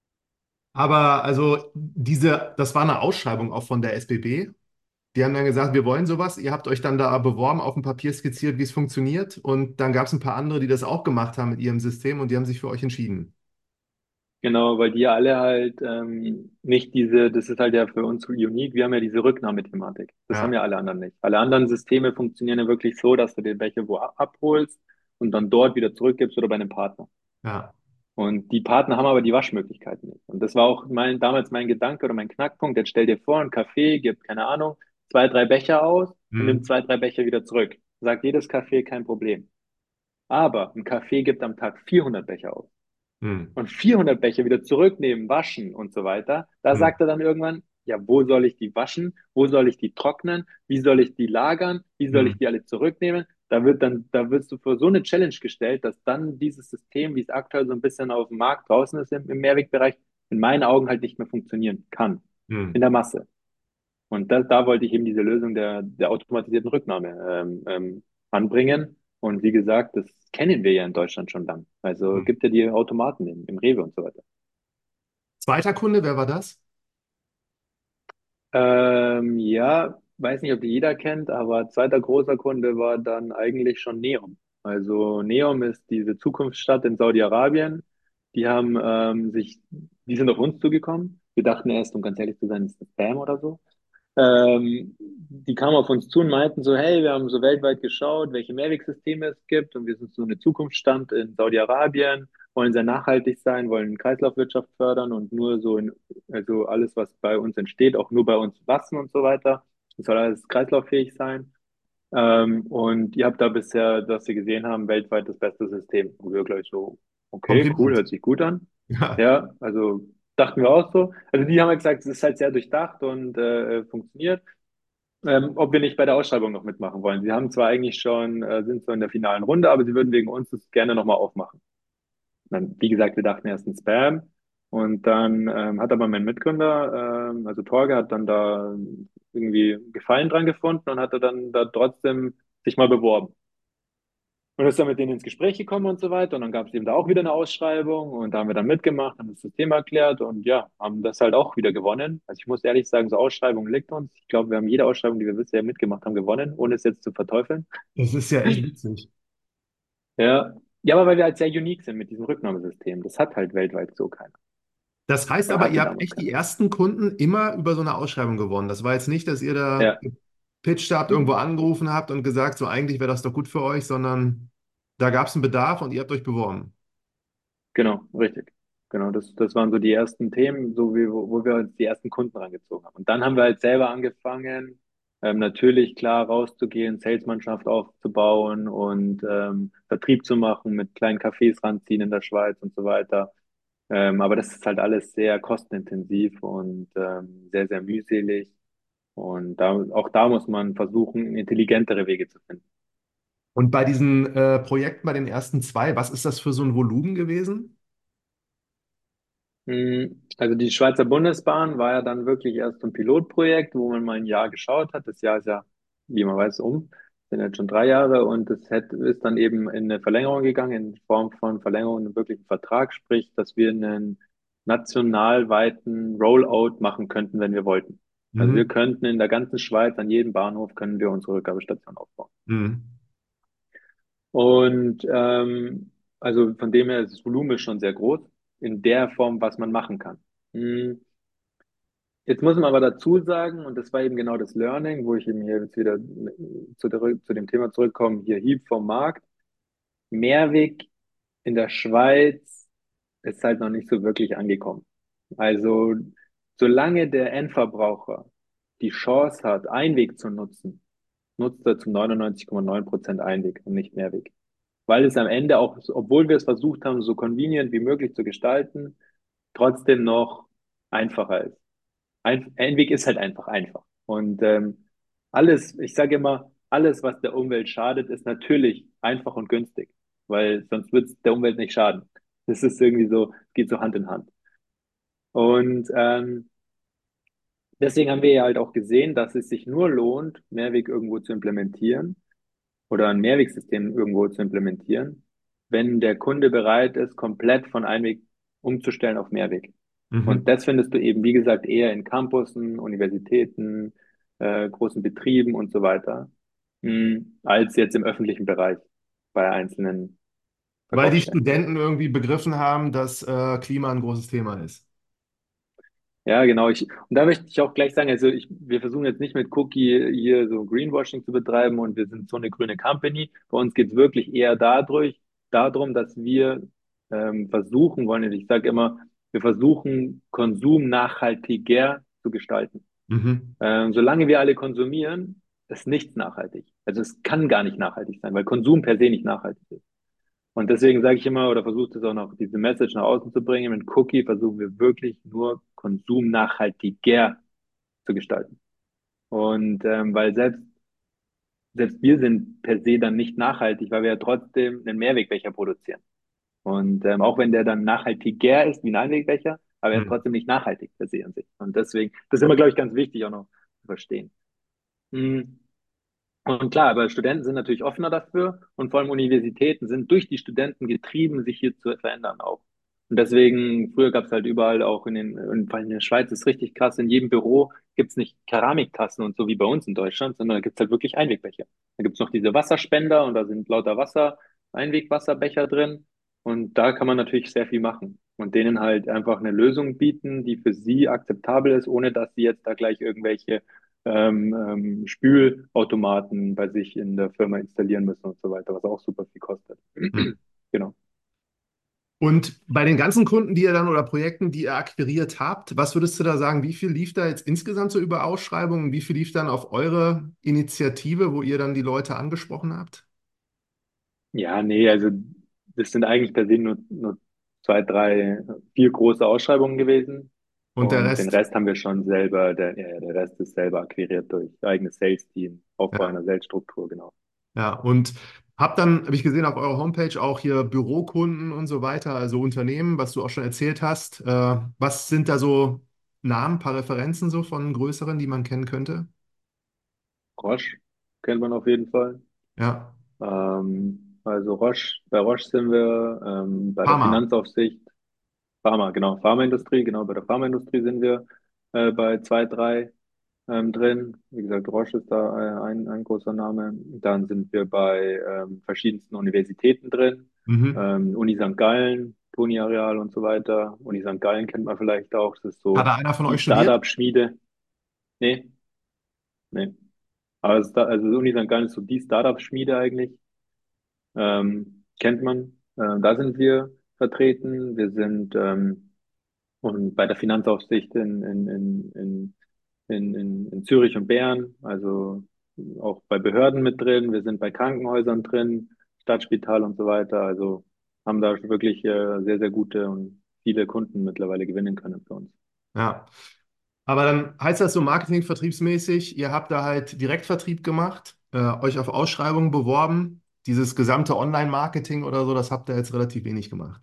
Aber also das war eine Ausschreibung auch von der SBB. Die haben dann gesagt, wir wollen sowas. Ihr habt euch dann da beworben, auf dem Papier skizziert, wie es funktioniert. Und dann gab es ein paar andere, die das auch gemacht haben mit ihrem System und die haben sich für euch entschieden. Genau, weil die alle halt nicht das ist halt ja für uns unique, wir haben ja diese Rücknahmethematik. Das haben Ja, ja alle anderen nicht. Alle anderen Systeme funktionieren ja wirklich so, dass du den Becher abholst und dann dort wieder zurückgibst oder bei einem Partner. ja. Und die Partner haben aber die Waschmöglichkeiten nicht. Und das war auch damals mein Gedanke oder mein Knackpunkt. Jetzt stell dir vor, ein Café gibt, keine Ahnung, zwei, drei Becher aus und nimmt Hm, zwei, drei Becher wieder zurück. Sagt jedes Café kein Problem. Aber ein Café gibt am Tag 400 Becher aus hm, und 400 Becher wieder zurücknehmen, waschen und so weiter, da hm, sagt er dann irgendwann, ja, wo soll ich die waschen? Wo soll ich die trocknen? Wie soll ich die lagern? Wie soll hm, ich die alle zurücknehmen? Da wirst du vor so eine Challenge gestellt, dass dann dieses System, wie es aktuell so ein bisschen auf dem Markt draußen ist im Mehrwegbereich, in meinen Augen halt nicht mehr funktionieren kann. In hm. der Masse. Und da wollte ich eben diese Lösung der automatisierten Rücknahme anbringen. Und wie gesagt, das kennen wir ja in Deutschland schon lang. Also Hm. gibt ja die Automaten im Rewe und so weiter. Zweiter Kunde, wer war das? Ja, weiß nicht, ob die jeder kennt, aber zweiter großer Kunde war dann eigentlich schon Neom. Also Neom ist diese Zukunftsstadt in Saudi-Arabien. Die haben die sind auf uns zugekommen. Wir dachten erst, um ganz ehrlich zu sein, ist das Spam oder so. Die kamen auf uns zu und meinten so, hey, wir haben so weltweit geschaut, welche Mehrwegsysteme es gibt und wir sind so eine Zukunftsstand in Saudi-Arabien, wollen sehr nachhaltig sein, wollen Kreislaufwirtschaft fördern und nur also alles, was bei uns entsteht, auch nur bei uns lassen und so weiter. Das soll alles kreislauffähig sein. Und ihr habt da bisher, was wir gesehen haben, weltweit das beste System. Und wir gleich so, okay, cool, Kompliment. hört sich gut an. Ja, Ja, also dachten wir auch so. Also die haben ja gesagt, es ist halt sehr durchdacht und funktioniert. Ob wir nicht bei der Ausschreibung noch mitmachen wollen. Sie haben zwar eigentlich schon, sind so in der finalen Runde, aber sie würden wegen uns das gerne nochmal aufmachen. Dann, wie gesagt, wir dachten erst ein Spam. Und dann hat aber mein Mitgründer, also Torge, hat dann da irgendwie Gefallen dran gefunden und hatte dann da trotzdem sich mal beworben. Und ist dann mit denen ins Gespräch gekommen und so weiter. Und dann gab es eben da auch wieder eine Ausschreibung und da haben wir dann mitgemacht, haben das System erklärt und ja, haben das halt auch wieder gewonnen. Also ich muss ehrlich sagen, so Ausschreibungen liegt uns. Ich glaube, wir haben jede Ausschreibung, die wir bisher mitgemacht haben, gewonnen, ohne es jetzt zu verteufeln. das ist ja echt witzig. Ja. Ja, aber weil wir halt sehr unique sind mit diesem Rücknahmesystem. Das hat halt weltweit so keiner. Das heißt Oder aber, ihr hatte habt damals echt die keiner. ersten Kunden immer über so eine Ausschreibung gewonnen. Das war jetzt nicht, dass ihr da Ja. gepitcht habt, irgendwo angerufen habt und gesagt, so eigentlich wäre das doch gut für euch, sondern da gab es einen Bedarf und ihr habt euch beworben. Genau, richtig. Genau, das waren so die ersten Themen, so wie, wo wir uns die ersten Kunden rangezogen haben. Und dann haben wir halt selber angefangen, natürlich klar rauszugehen, Salesmannschaft aufzubauen und Vertrieb zu machen, mit kleinen Cafés ranziehen in der Schweiz und so weiter. Aber das ist halt alles sehr kostenintensiv und sehr, sehr mühselig. Und auch da muss man versuchen, intelligentere Wege zu finden. Und bei diesen Projekten, bei den ersten zwei, was ist das für so ein Volumen gewesen? Also die Schweizer Bundesbahn war ja dann wirklich erst so ein Pilotprojekt, wo man mal ein Jahr geschaut hat. Das Jahr ist ja, wie man weiß, sind jetzt schon 3 Jahre und ist dann eben in eine Verlängerung gegangen, in Form von Verlängerung in einem wirklichen Vertrag, sprich, dass wir einen nationalweiten Rollout machen könnten, wenn wir wollten. Also wir Mhm. könnten in der ganzen Schweiz an jedem Bahnhof können wir unsere Rückgabestation aufbauen. Mhm. Und also von dem her ist das Volumen ist schon sehr groß. in der Form, was man machen kann. Hm, Jetzt muss man aber dazu sagen, und das war eben genau das Learning, wo ich eben hier jetzt wieder zu dem Thema zurückkomme, hier Hieb vom Markt. Mehrweg in der Schweiz ist halt noch nicht so wirklich angekommen. Also, solange der Endverbraucher die Chance hat, Einweg zu nutzen, nutzt er zu 99,9% Einweg und nicht Mehrweg. Weil es am Ende auch, obwohl wir es versucht haben, so convenient wie möglich zu gestalten, trotzdem noch einfacher ist. Einweg ist halt einfach einfach. Und alles, ich sage immer, alles, was der Umwelt schadet, ist natürlich einfach und günstig, weil sonst wird es der Umwelt nicht schaden. Das ist irgendwie so, geht so Hand in Hand. Und deswegen haben wir ja halt auch gesehen, dass es sich nur lohnt, Mehrweg irgendwo zu implementieren oder ein Mehrwegsystem irgendwo zu implementieren, wenn der Kunde bereit ist, komplett von Einweg umzustellen auf Mehrweg. Und Mhm. das findest du eben, wie gesagt, eher in Campussen, Universitäten, großen Betrieben und so weiter, als jetzt im öffentlichen Bereich bei einzelnen Weil die Verkaufsstellen. Studenten irgendwie begriffen haben, dass Klima ein großes Thema ist. Ja, genau. Und da möchte ich auch gleich sagen, also wir versuchen jetzt nicht mit Cookie hier so Greenwashing zu betreiben und wir sind so eine grüne Company. Bei uns geht es wirklich eher darum, dass wir versuchen wollen, und ich sage immer, wir versuchen, Konsum nachhaltiger zu gestalten. Mhm. Solange wir alle konsumieren, ist nichts nachhaltig. Also es kann gar nicht nachhaltig sein, weil Konsum per se nicht nachhaltig ist. Und deswegen sage ich immer oder versuche das auch noch, diese Message nach außen zu bringen. Mit Cookie versuchen wir wirklich nur Konsum nachhaltiger zu gestalten. Und weil selbst wir sind per se dann nicht nachhaltig, weil wir ja trotzdem einen Mehrwegbecher produzieren. Und auch wenn der dann nachhaltiger ist wie ein Einwegbecher, aber er ist Mhm. trotzdem nicht nachhaltig per se an sich. Und deswegen, das ist immer, glaube ich, ganz wichtig auch noch zu verstehen. Mm. Und klar, aber Studenten sind natürlich offener dafür und vor allem Universitäten sind durch die Studenten getrieben, sich hier zu verändern auch. Und deswegen, früher gab es halt überall auch vor allem in der Schweiz ist richtig krass, in jedem Büro gibt es nicht Keramiktassen und so wie bei uns in Deutschland, sondern da gibt es halt wirklich Einwegbecher. Da gibt es noch diese Wasserspender und da sind lauter Einwegwasserbecher drin. Und da kann man natürlich sehr viel machen und denen halt einfach eine Lösung bieten, die für sie akzeptabel ist, ohne dass sie jetzt da gleich irgendwelche Spülautomaten bei sich in der Firma installieren müssen und so weiter, was auch super viel kostet. Mhm. Genau. Und bei den ganzen Kunden, die ihr dann oder Projekten, die ihr akquiriert habt, was würdest du da sagen, wie viel lief da jetzt insgesamt so über Ausschreibungen? Wie viel lief dann auf eure Initiative, wo ihr dann die Leute angesprochen habt? Ja, nee, also das sind eigentlich per se nur zwei, drei, vier große Ausschreibungen gewesen. Und der Und den Rest? Rest haben wir schon selber, der Rest ist selber akquiriert durch eigenes Sales-Team, Aufbau Ja. einer Sales-Struktur, genau. Ja, und habt dann, habe ich gesehen, auf eurer Homepage auch hier Bürokunden und so weiter, also Unternehmen, was du auch schon erzählt hast. Was sind da so Namen, paar Referenzen so von größeren, die man kennen könnte? Roche kennt man auf jeden Fall. Ja, Also bei Roche sind wir, bei der Pharma. Finanzaufsicht. Pharma, genau. Pharmaindustrie, genau. Bei der Pharmaindustrie sind wir bei zwei, drei drin. Wie gesagt, Roche ist da ein großer Name. Dann sind wir bei verschiedensten Universitäten drin. Mhm. Uni St. Gallen, Toni-Areal und so weiter. Uni St. Gallen kennt man vielleicht auch. Das ist Hat so da einer von die euch studiert? Startup-Schmiede. Nee, nee. Aber also Uni St. Gallen ist so die Startup-Schmiede eigentlich. Kennt man. Da sind wir vertreten. Wir sind und bei der Finanzaufsicht in Zürich und Bern, also auch bei Behörden mit drin. Wir sind bei Krankenhäusern drin, Stadtspital und so weiter. Also haben da wirklich sehr, sehr gute und viele Kunden mittlerweile gewinnen können für uns. Ja. Aber dann heißt das so Marketing, vertriebsmäßig, ihr habt da halt Direktvertrieb gemacht, euch auf Ausschreibungen beworben. Dieses gesamte Online-Marketing oder so, das habt ihr jetzt relativ wenig gemacht.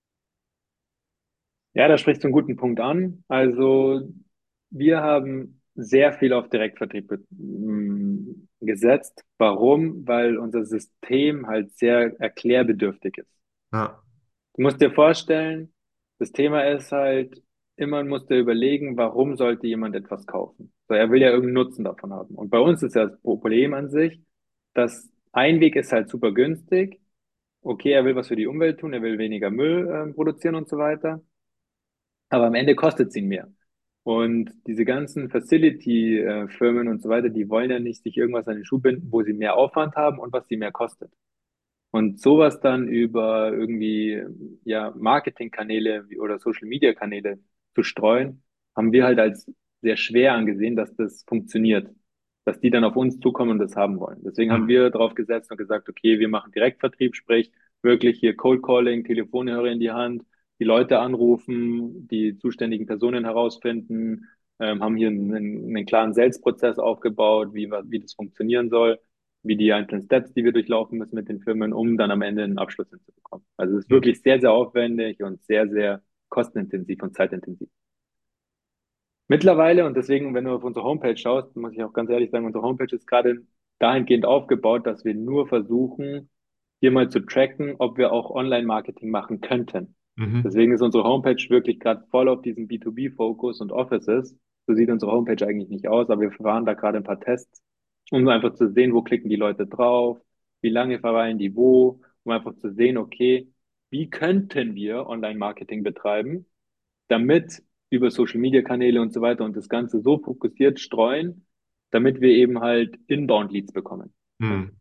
Ja, da sprichst du einen guten Punkt an. Also wir haben sehr viel auf Direktvertrieb gesetzt. Warum? Weil unser System halt sehr erklärbedürftig ist. Ja, Du musst dir vorstellen, das Thema ist halt, immer musst du überlegen, warum sollte jemand etwas kaufen? So, er will ja irgendeinen Nutzen davon haben. Und bei uns ist ja das Problem an sich, dass Einweg ist halt super günstig okay, er will was für die Umwelt tun, er will weniger Müll produzieren und so weiter, aber am Ende kostet es ihn mehr. Und diese ganzen Facility-Firmen und so weiter, die wollen ja nicht sich irgendwas an den Schuh binden, wo sie mehr Aufwand haben und was sie mehr kostet. Und sowas dann über irgendwie ja Marketingkanäle oder Social Media Kanäle zu streuen, haben wir halt als sehr schwer angesehen, dass das funktioniert, dass die dann auf uns zukommen und das haben wollen. Deswegen haben Hm. wir drauf gesetzt und gesagt, okay, wir machen Direktvertrieb, sprich wirklich hier Cold Calling, Telefonhörer in die Hand, die Leute anrufen, die zuständigen Personen herausfinden, haben hier einen klaren Sales-Prozess aufgebaut, wie das funktionieren soll, wie die einzelnen Steps, die wir durchlaufen müssen mit den Firmen, um dann am Ende einen Abschluss hinzubekommen. Also es ist Hm. wirklich sehr, sehr aufwendig und sehr, sehr kostenintensiv und zeitintensiv. Mittlerweile, und deswegen, wenn du auf unsere Homepage schaust, muss ich auch ganz ehrlich sagen, unsere Homepage ist gerade dahingehend aufgebaut, dass wir nur versuchen, hier mal zu tracken, ob wir auch Online-Marketing machen könnten. Mhm. Deswegen ist unsere Homepage wirklich gerade voll auf diesem B2B-Fokus und Offices. So sieht unsere Homepage eigentlich nicht aus, aber wir fahren da gerade ein paar Tests, um einfach zu sehen, wo klicken die Leute drauf, wie lange verweilen die wo, um einfach zu sehen, okay, wie könnten wir Online-Marketing betreiben, damit über Social Media Kanäle und so weiter und das Ganze so fokussiert streuen, damit wir eben halt Inbound Leads bekommen. Ja. Hm.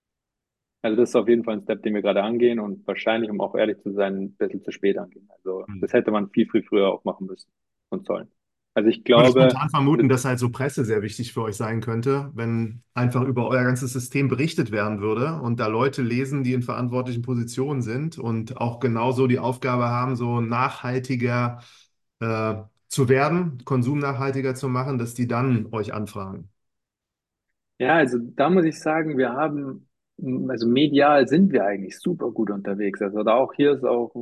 Also das ist auf jeden Fall ein Step, den wir gerade angehen und wahrscheinlich, um auch ehrlich zu sein, ein bisschen zu spät angehen. Also Hm. das hätte man viel, viel früher auch machen müssen und sollen. Also ich Ich würde glaube, spontan vermuten, dass halt so Presse sehr wichtig für euch sein könnte, wenn einfach über euer ganzes System berichtet werden würde und da Leute lesen, die in verantwortlichen Positionen sind und auch genauso die Aufgabe haben, so nachhaltiger zu werden, konsumnachhaltiger zu machen, dass die dann euch anfragen. ja, also da muss ich sagen, wir haben, also medial sind wir eigentlich super gut unterwegs. Also da auch hier ist auch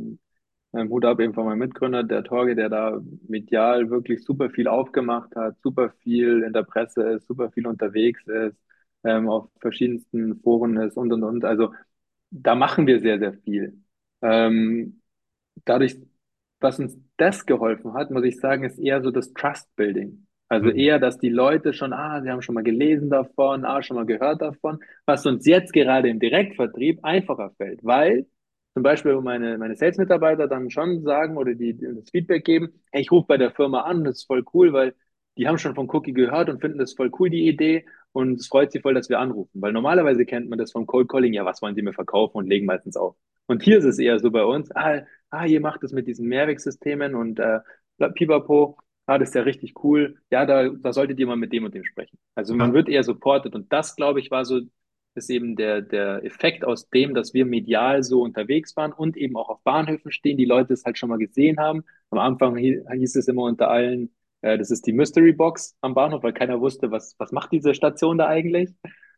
ein Hut ab eben von meinem Mitgründer, der Torge, der da medial wirklich super viel aufgemacht hat, super viel in der Presse ist, super viel unterwegs ist, auf verschiedensten Foren ist und. Also da machen wir sehr, sehr viel. Ähm, dadurch, was uns das geholfen hat, muss ich sagen, ist eher so das Trust Building. Also Hm. eher, dass die Leute schon, sie haben schon mal gelesen davon, schon mal gehört davon, was uns jetzt gerade im Direktvertrieb einfacher fällt, weil zum Beispiel meine Sales-Mitarbeiter dann schon sagen oder die das Feedback geben, hey, ich rufe bei der Firma an, das ist voll cool, weil die haben schon von Cookie gehört und finden das voll cool, die Idee. Und es freut sie voll, dass wir anrufen. Weil normalerweise kennt man das vom Cold Calling, ja, was wollen sie mir verkaufen und legen meistens auf. Und hier ist es eher so bei uns, ihr macht das mit diesen Mehrwegsystemen und Pipapo, das ist ja richtig cool. Ja, da solltet ihr mal mit dem und dem sprechen. Also man Ja. wird eher supported und das, glaube ich, war so, ist eben der Effekt aus dem, dass wir medial so unterwegs waren und eben auch auf Bahnhöfen stehen, die Leute es halt schon mal gesehen haben. Am Anfang hieß es immer unter allen, das ist die Mystery Box am Bahnhof, weil keiner wusste, was macht diese Station da eigentlich.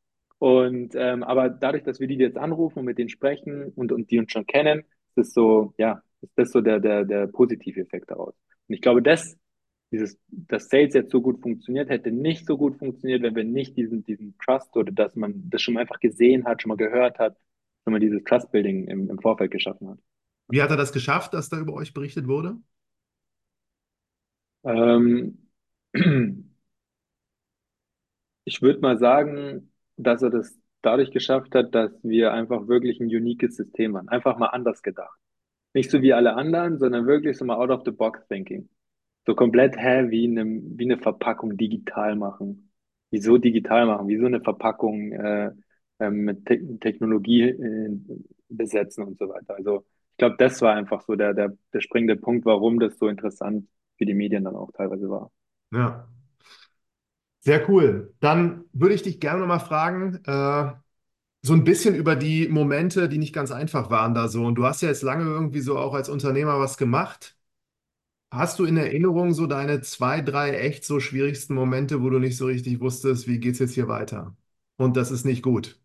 Und aber dadurch, dass wir die jetzt anrufen und mit denen sprechen und die uns schon kennen, ist so, ja, ist das so der positive Effekt daraus. Und ich glaube, dass Sales jetzt so gut funktioniert, hätte nicht so gut funktioniert, wenn wir nicht diesen Trust oder dass man das schon mal einfach gesehen hat, schon mal gehört hat, wenn man dieses Trust-Building im Vorfeld geschaffen hat. Wie hat er das geschafft, dass da über euch berichtet wurde? Ähm, ich würde mal sagen, dass er das dadurch geschafft hat, dass wir einfach wirklich ein uniques System haben. Einfach mal anders gedacht. Nicht so wie alle anderen, sondern wirklich so mal out of the box thinking. So komplett, wie eine Verpackung digital machen. Wieso digital machen? Wieso eine Verpackung mit Technologie besetzen und so weiter. Also ich glaube, das war einfach so der springende Punkt, warum das so interessant für die Medien dann auch teilweise war. Ja, sehr cool. Dann würde ich dich gerne noch mal fragen, so ein bisschen über die Momente, die nicht ganz einfach waren da so. Und du hast ja jetzt lange irgendwie so auch als Unternehmer was gemacht. Hast du in Erinnerung so deine zwei, drei echt so schwierigsten Momente, wo du nicht so richtig wusstest, wie geht's jetzt hier weiter? Und das ist nicht gut.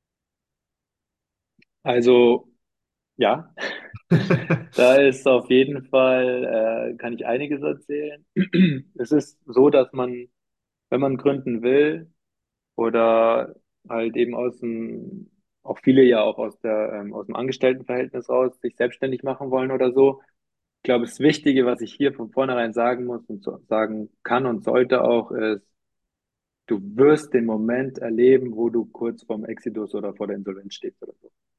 Also ja, da ist auf jeden Fall, kann ich einiges erzählen. Es ist so, dass man, wenn man gründen will oder halt eben auch viele ja auch aus dem Angestelltenverhältnis raus sich selbstständig machen wollen oder so. Ich glaube, das Wichtige, was ich hier von vornherein sagen muss und sagen kann und sollte auch, ist, du wirst den Moment erleben, wo du kurz vorm Exitus oder vor der Insolvenz stehst oder so.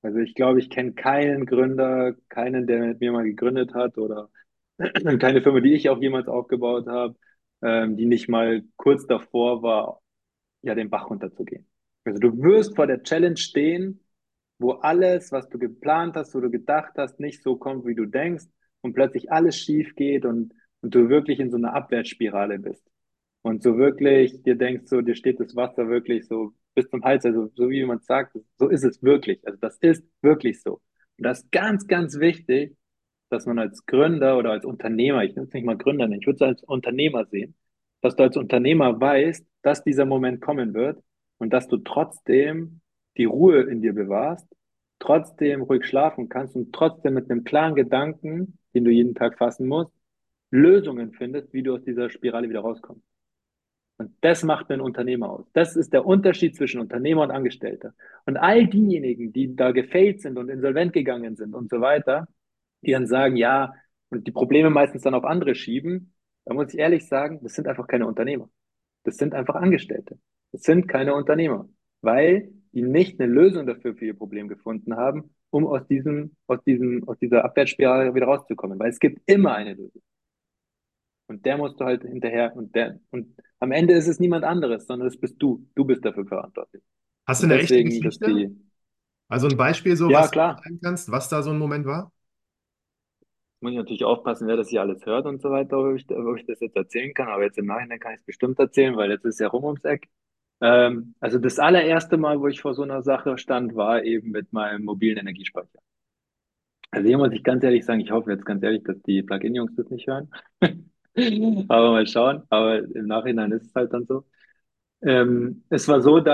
Also ich glaube, ich kenne keinen Gründer, keinen, der mit mir mal gegründet hat oder keine Firma, die ich auch jemals aufgebaut habe, die nicht mal kurz davor war, ja, den Bach runterzugehen. Also du wirst vor der Challenge stehen, wo alles, was du geplant hast, wo du gedacht hast, nicht so kommt, wie du denkst und plötzlich alles schief geht und du wirklich in so einer Abwärtsspirale bist. Und so wirklich dir denkst, so dir steht das Wasser wirklich so bis zum Hals, also so wie man sagt, so ist es wirklich. Also das ist wirklich so. Und das ist ganz, ganz wichtig, dass man als Gründer oder als Unternehmer, ich nenne es nicht mal Gründer, ich würde es als Unternehmer sehen, dass du als Unternehmer weißt, dass dieser Moment kommen wird und dass du trotzdem die Ruhe in dir bewahrst, trotzdem ruhig schlafen kannst und trotzdem mit einem klaren Gedanken, den du jeden Tag fassen musst, Lösungen findest, wie du aus dieser Spirale wieder rauskommst. Und das macht einen Unternehmer aus. Das ist der Unterschied zwischen Unternehmer und Angestellter. Und all diejenigen, die da gefailt sind und insolvent gegangen sind und so weiter, die dann sagen, ja, und die Probleme meistens dann auf andere schieben, da muss ich ehrlich sagen, das sind einfach keine Unternehmer. Das sind einfach Angestellte. Das sind keine Unternehmer, weil die nicht eine Lösung dafür für ihr Problem gefunden haben, um aus dieser Abwärtsspirale wieder rauszukommen. Weil es gibt immer eine Lösung. Und der musst du halt hinterher und am Ende ist es niemand anderes, sondern es bist du. Du bist dafür verantwortlich. Hast du Und eine echte deswegen, dass Geschichte? die, Also ein Beispiel so, ja was du klar, sagen kannst, was da so ein Moment war? muss ich natürlich aufpassen, wer das hier alles hört und so weiter, ob ich das jetzt erzählen kann. Aber jetzt im Nachhinein kann ich es bestimmt erzählen, weil jetzt ist ja rum ums Eck. Also das allererste Mal, wo ich vor so einer Sache stand, war eben mit meinem mobilen Energiespeicher. Also hier muss ich ganz ehrlich sagen, ich hoffe jetzt ganz ehrlich, dass die Plug-in-Jungs das nicht hören. Aber mal schauen. Aber im Nachhinein ist es halt dann so. Es war so,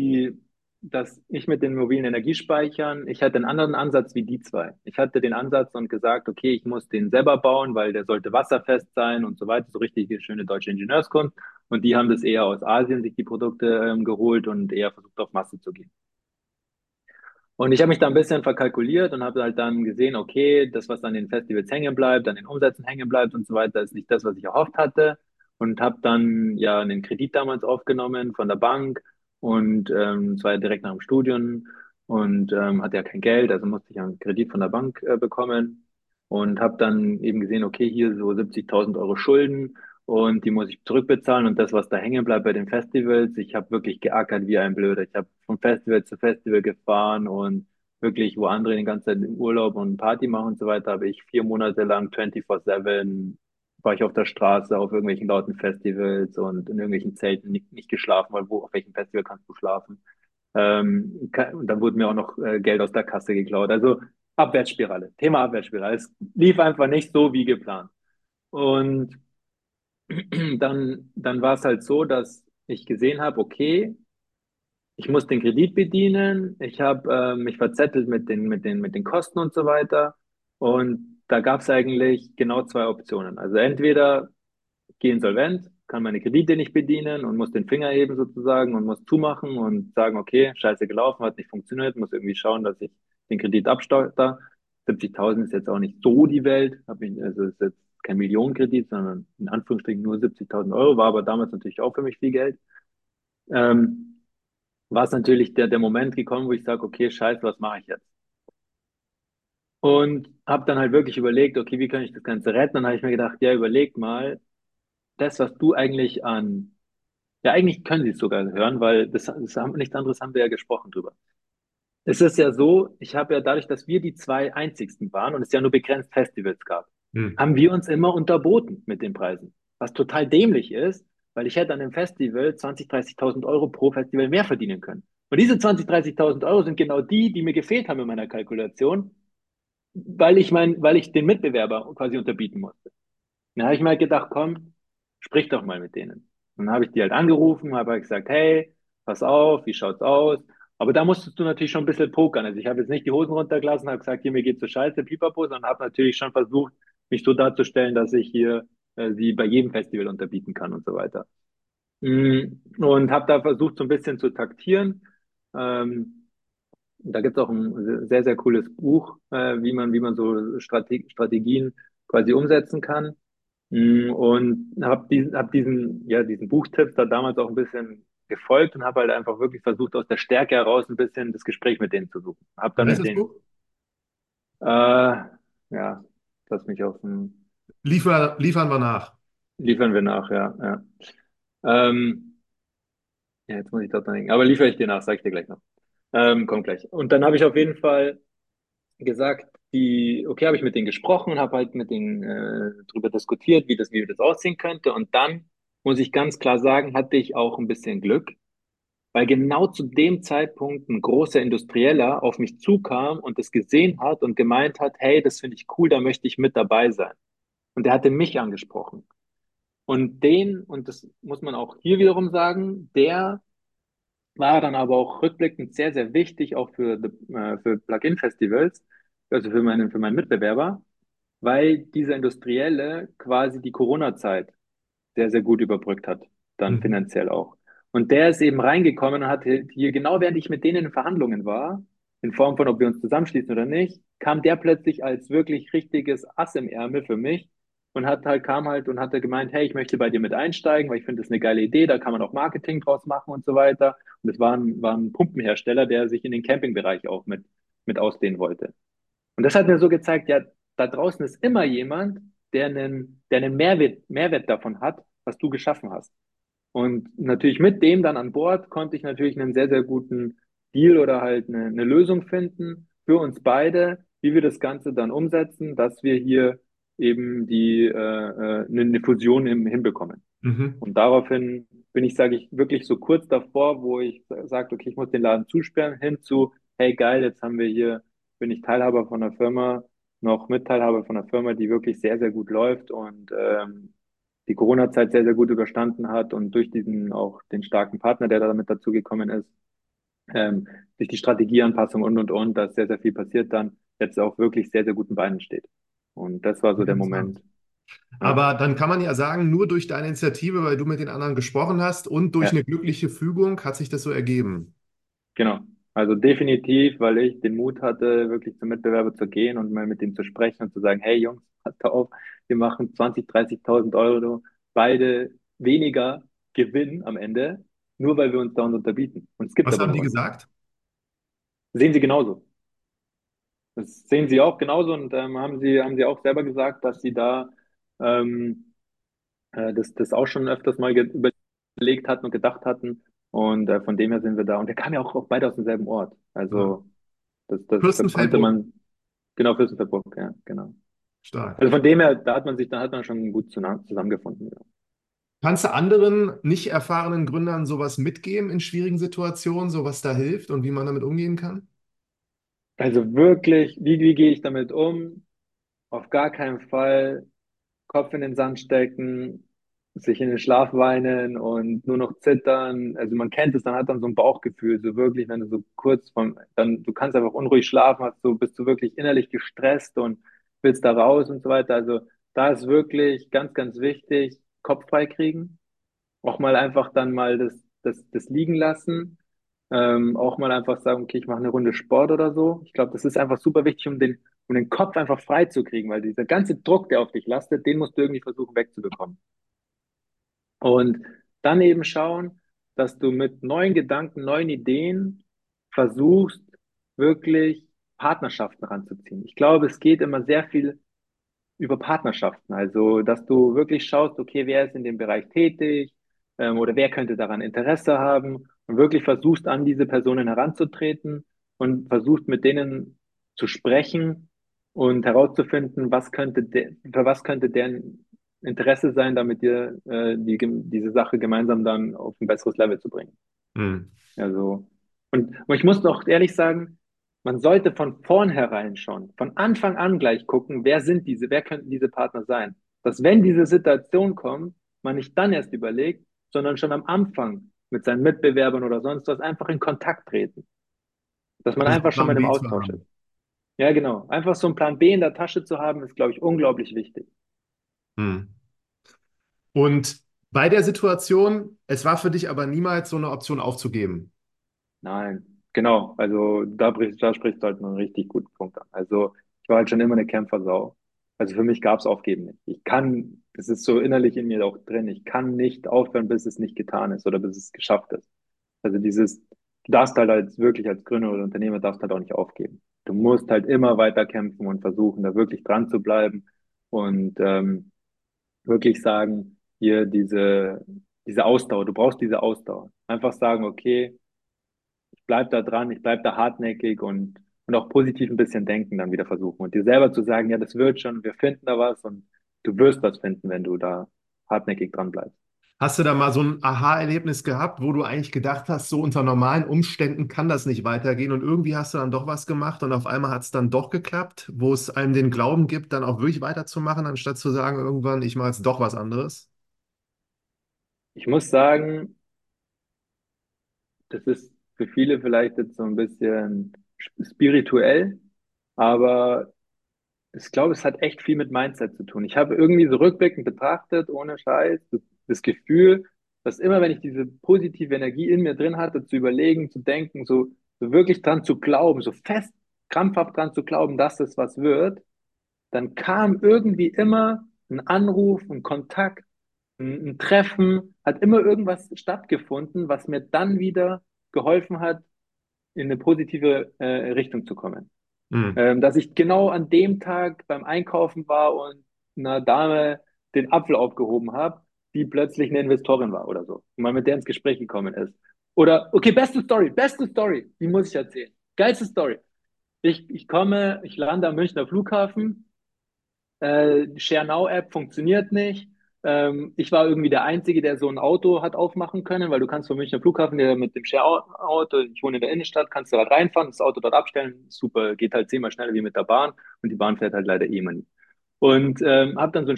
dass ich mit den mobilen Energiespeichern, ich hatte einen anderen Ansatz wie die zwei. Ich hatte den Ansatz und gesagt, okay, ich muss den selber bauen, weil der sollte wasserfest sein und so weiter, so richtig schöne deutsche Ingenieurskunst. Und die haben das eher aus Asien sich die Produkte geholt und eher versucht auf Masse zu gehen. Und ich habe mich da ein bisschen verkalkuliert und habe halt dann gesehen, okay, das, was an den Festivals hängen bleibt, an den Umsätzen hängen bleibt und so weiter, ist nicht das, was ich erhofft hatte. Und habe dann ja einen Kredit damals aufgenommen von der Bank und es war ja direkt nach dem Studium und hatte ja kein Geld, also musste ich einen Kredit von der Bank bekommen und habe dann eben gesehen, okay, hier so 70.000 Euro Schulden und die muss ich zurückbezahlen und das, was da hängen bleibt bei den Festivals, ich habe wirklich geackert wie ein Blöder. Ich habe von Festival zu Festival gefahren und wirklich, wo andere die ganze Zeit im Urlaub und Party machen und so weiter, habe ich 4 Monate lang 24/7 war ich auf der Straße, auf irgendwelchen lauten Festivals und in irgendwelchen Zelten nicht geschlafen, weil auf welchem Festival kannst du schlafen? Und dann wurde mir auch noch Geld aus der Kasse geklaut. Also Abwärtsspirale, Thema Abwärtsspirale. Es lief einfach nicht so wie geplant. Und dann war es halt so, dass ich gesehen habe, okay, ich muss den Kredit bedienen, ich habe mich verzettelt mit den Kosten und so weiter. Und da gab es eigentlich genau zwei Optionen. Also entweder ich gehe insolvent, kann meine Kredite nicht bedienen und muss den Finger heben sozusagen und muss zumachen und sagen, okay, scheiße gelaufen, hat nicht funktioniert, muss irgendwie schauen, dass ich den Kredit abstotter. 70.000 ist jetzt auch nicht so die Welt, also ist jetzt kein Millionenkredit, sondern in Anführungsstrichen nur 70.000 Euro, war aber damals natürlich auch für mich viel Geld. Ähm, war es natürlich der Moment gekommen, wo ich sage, okay, scheiße, was mache ich jetzt? Und habe dann halt wirklich überlegt, okay, wie kann ich das Ganze retten? Dann habe ich mir gedacht, ja, überleg mal, das, was du eigentlich ja, eigentlich können sie es sogar hören, weil nichts anderes haben wir ja gesprochen drüber. Es ist ja so, ich habe ja dadurch, dass wir die zwei einzigsten waren und es ja nur begrenzt Festivals gab, Hm. haben wir uns immer unterboten mit den Preisen. Was total dämlich ist, weil ich hätte an einem Festival 20.000, 30.000 Euro pro Festival mehr verdienen können. Und diese 20.000, 30.000 Euro sind genau die mir gefehlt haben in meiner Kalkulation, weil ich den Mitbewerber quasi unterbieten musste. Dann habe ich mir halt gedacht, komm, sprich doch mal mit denen. Und dann habe ich die halt angerufen, habe halt gesagt, hey, pass auf, wie schaut's aus? Aber da musstest du natürlich schon ein bisschen pokern. Also ich habe jetzt nicht die Hosen runtergelassen, habe gesagt, hier, mir geht's so scheiße, pipapo, sondern habe natürlich schon versucht, mich so darzustellen, dass ich hier sie bei jedem Festival unterbieten kann und so weiter. Und habe da versucht, so ein bisschen zu taktieren. Ähm, Da gibt's auch ein sehr, sehr cooles Buch, wie man so Strategien quasi umsetzen kann. Und habe diesen Buchtipp da damals auch ein bisschen gefolgt und habe halt einfach wirklich versucht, aus der Stärke heraus ein bisschen das Gespräch mit denen zu suchen. Habe Wie dann heißt mit das denen, Buch? ja, lass mich auf den, Liefern wir nach. liefern wir nach, ja, ja. Ähm, ja, jetzt muss ich dort denken. Aber liefere ich dir nach, sag ich dir gleich noch. Kommt gleich. Und dann habe ich auf jeden Fall gesagt, okay, habe ich mit denen gesprochen und habe halt mit denen drüber diskutiert, wie das aussehen könnte. Und dann muss ich ganz klar sagen, hatte ich auch ein bisschen Glück, weil genau zu dem Zeitpunkt ein großer Industrieller auf mich zukam und das gesehen hat und gemeint hat, hey, das finde ich cool, da möchte ich mit dabei sein. Und der hatte mich angesprochen. Und das muss man auch hier wiederum sagen, der war dann aber auch rückblickend sehr, sehr wichtig, auch für Plugin-Festivals, also für meinen Mitbewerber, weil dieser Industrielle quasi die Corona-Zeit sehr, sehr gut überbrückt hat, dann Mhm. finanziell auch. Und der ist eben reingekommen und hat hier, genau während ich mit denen in Verhandlungen war, in Form von, ob wir uns zusammenschließen oder nicht, kam der plötzlich als wirklich richtiges Ass im Ärmel für mich und kam halt und hatte gemeint, hey, ich möchte bei dir mit einsteigen, weil ich finde das eine geile Idee, da kann man auch Marketing draus machen und so weiter. Und es war ein Pumpenhersteller, der sich in den Campingbereich auch mit ausdehnen wollte. Und das hat mir so gezeigt, ja, da draußen ist immer jemand, der einen Mehrwert davon hat, was du geschaffen hast. Und natürlich mit dem dann an Bord konnte ich natürlich einen sehr, sehr guten Deal oder halt eine Lösung finden für uns beide, wie wir das Ganze dann umsetzen, dass wir hier eben eine Fusion hinbekommen. Mhm. Und daraufhin bin ich, sage ich, wirklich so kurz davor, wo ich sage, okay, ich muss den Laden zusperren, hin zu, hey geil, jetzt bin ich Teilhaber von einer Firma, noch Mitteilhaber von einer Firma, die wirklich sehr, sehr gut läuft und die Corona-Zeit sehr, sehr gut überstanden hat und durch diesen auch den starken Partner, der da damit dazugekommen ist, durch die Strategieanpassung und, da ist sehr, sehr viel passiert dann, jetzt auch wirklich sehr, sehr guten Beinen steht. Und das war so der Interessant. Moment. Ja, Aber dann kann man ja sagen, nur durch deine Initiative, weil du mit den anderen gesprochen hast und durch ja. eine glückliche Fügung hat sich das so ergeben. Genau. Also definitiv, weil ich den Mut hatte, wirklich zum Mitbewerber zu gehen und mal mit ihm zu sprechen und zu sagen, hey Jungs, passt auf, wir machen 20, 30.000 Euro, beide weniger Gewinn am Ende, nur weil wir uns da unterbieten. Und es gibt Was aber haben noch die was. gesagt? Sehen Sie genauso. Das sehen Sie auch genauso und haben Sie auch selber gesagt, dass Sie da ähm, das auch schon öfters mal überlegt hatten und gedacht hatten. Und von dem her sind wir da. Und wir kamen ja auch beide aus demselben Ort. Ja. Also da konnte Fürstenfeldbruck. man, genau, Fürstenfeldbruck, ja, genau. Stark. Also von dem her, da hat man schon gut zusammengefunden. Ja. Kannst du anderen nicht erfahrenen Gründern sowas mitgeben in schwierigen Situationen, so was da hilft und wie man damit umgehen kann? Also wirklich, wie gehe ich damit um? Auf gar keinen Fall Kopf in den Sand stecken, sich in den Schlaf weinen und nur noch zittern. Also man kennt es, dann hat man so ein Bauchgefühl, so wirklich, wenn du so du kannst einfach unruhig schlafen, bist du wirklich innerlich gestresst und willst da raus und so weiter. Also da ist wirklich ganz, ganz wichtig, Kopf frei kriegen, auch mal einfach dann mal das liegen lassen. Auch mal einfach sagen, okay, ich mache eine Runde Sport oder so. Ich glaube, das ist einfach super wichtig, um den Kopf einfach frei zu kriegen, weil dieser ganze Druck, der auf dich lastet, den musst du irgendwie versuchen wegzubekommen. Und dann eben schauen, dass du mit neuen Gedanken, neuen Ideen versuchst, wirklich Partnerschaften ranzuziehen. Ich glaube, es geht immer sehr viel über Partnerschaften. Also, dass du wirklich schaust, okay, wer ist in dem Bereich tätig, oder wer könnte daran Interesse haben und wirklich versuchst, an diese Personen heranzutreten und versuchst, mit denen zu sprechen und herauszufinden, für was könnte deren Interesse sein, damit dir diese Sache gemeinsam dann auf ein besseres Level zu bringen. Hm. Also, und ich muss noch ehrlich sagen, man sollte von vornherein schon, von Anfang an gleich gucken, wer könnten diese Partner sein? Dass wenn diese Situation kommt, man nicht dann erst überlegt, sondern schon am Anfang mit seinen Mitbewerbern oder sonst was einfach in Kontakt treten. Dass man Also so einfach schon mal Plan im B zu Austausch haben. ist. Ja, genau. Einfach so einen Plan B in der Tasche zu haben, ist, glaube ich, unglaublich wichtig. Hm. Und bei der Situation, es war für dich aber niemals so eine Option aufzugeben. Nein, genau. Also da sprichst du halt einen richtig guten Punkt an. Also ich war halt schon immer eine Kämpfersau. Also für mich gab's Aufgeben nicht. Das ist so innerlich in mir auch drin, ich kann nicht aufhören, bis es nicht getan ist oder bis es geschafft ist. Also du darfst halt wirklich als Gründer oder Unternehmer darfst halt auch nicht aufgeben. Du musst halt immer weiter kämpfen und versuchen, da wirklich dran zu bleiben und wirklich sagen, hier diese Ausdauer, du brauchst diese Ausdauer. Einfach sagen, okay, ich bleib da dran, ich bleib da hartnäckig und auch positiv ein bisschen denken dann wieder versuchen und dir selber zu sagen, ja, das wird schon, wir finden da was und du wirst was finden, wenn du da hartnäckig dran bleibst. Hast du da mal so ein Aha-Erlebnis gehabt, wo du eigentlich gedacht hast, so unter normalen Umständen kann das nicht weitergehen und irgendwie hast du dann doch was gemacht und auf einmal hat es dann doch geklappt, wo es einem den Glauben gibt, dann auch wirklich weiterzumachen, anstatt zu sagen, irgendwann, ich mache jetzt doch was anderes? Ich muss sagen, das ist für viele vielleicht jetzt so ein bisschen spirituell, aber ich glaube, es hat echt viel mit Mindset zu tun. Ich habe irgendwie so rückblickend betrachtet, ohne Scheiß, das Gefühl, dass immer, wenn ich diese positive Energie in mir drin hatte, zu überlegen, zu denken, so wirklich dran zu glauben, so fest, krampfhaft dran zu glauben, dass es was wird, dann kam irgendwie immer ein Anruf, ein Kontakt, ein Treffen, hat immer irgendwas stattgefunden, was mir dann wieder geholfen hat, in eine positive Richtung zu kommen. Hm. Dass ich genau an dem Tag beim Einkaufen war und einer Dame den Apfel aufgehoben habe, die plötzlich eine Investorin war oder so und mal mit der ins Gespräch gekommen ist. Oder, okay, beste Story, die muss ich erzählen. Geilste Story. Ich lande am Münchner Flughafen, die ShareNow-App funktioniert nicht. Ich war irgendwie der Einzige, der so ein Auto hat aufmachen können, weil du kannst vom Münchner Flughafen der mit dem Share-Auto, ich wohne in der Innenstadt, kannst du halt reinfahren, das Auto dort abstellen, super, geht halt 10-mal schneller wie mit der Bahn und die Bahn fährt halt leider eh immer nie. Und habe dann so ein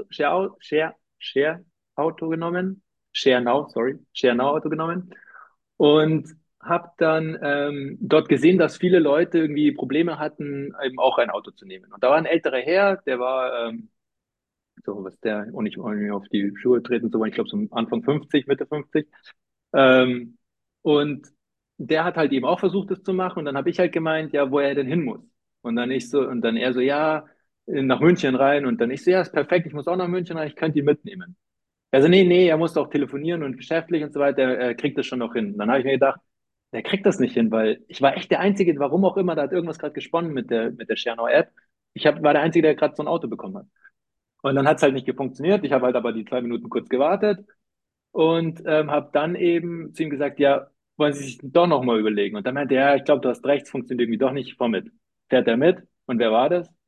Share-Auto genommen, ShareNow-Auto genommen und habe dann dort gesehen, dass viele Leute irgendwie Probleme hatten, eben auch ein Auto zu nehmen. Und da war ein älterer Herr, der war so was der, und nicht auf die Schuhe treten zu wollen, ich glaube so Anfang 50, Mitte 50. Ähm, und der hat halt eben auch versucht, das zu machen. Und dann habe ich halt gemeint, ja, wo er denn hin muss. Und dann er so, ja, nach München rein. Und dann ich so, ja, ist perfekt, ich muss auch nach München rein, ich könnte ihn mitnehmen. Also nee, er muss auch telefonieren und geschäftlich und so weiter, er kriegt das schon noch hin. Und dann habe ich mir gedacht, der kriegt das nicht hin, weil ich war echt der Einzige, warum auch immer, da hat irgendwas gerade gesponnen mit der Schernau-App. War der Einzige, der gerade so ein Auto bekommen hat. Und dann hat es halt nicht funktioniert. Ich habe halt aber die 2 Minuten kurz gewartet und habe dann eben zu ihm gesagt, ja, wollen Sie sich doch nochmal überlegen? Und dann meinte er, ja, ich glaube, du hast recht, es funktioniert irgendwie doch nicht, ich fahr mit. Fährt er mit? Und wer war das?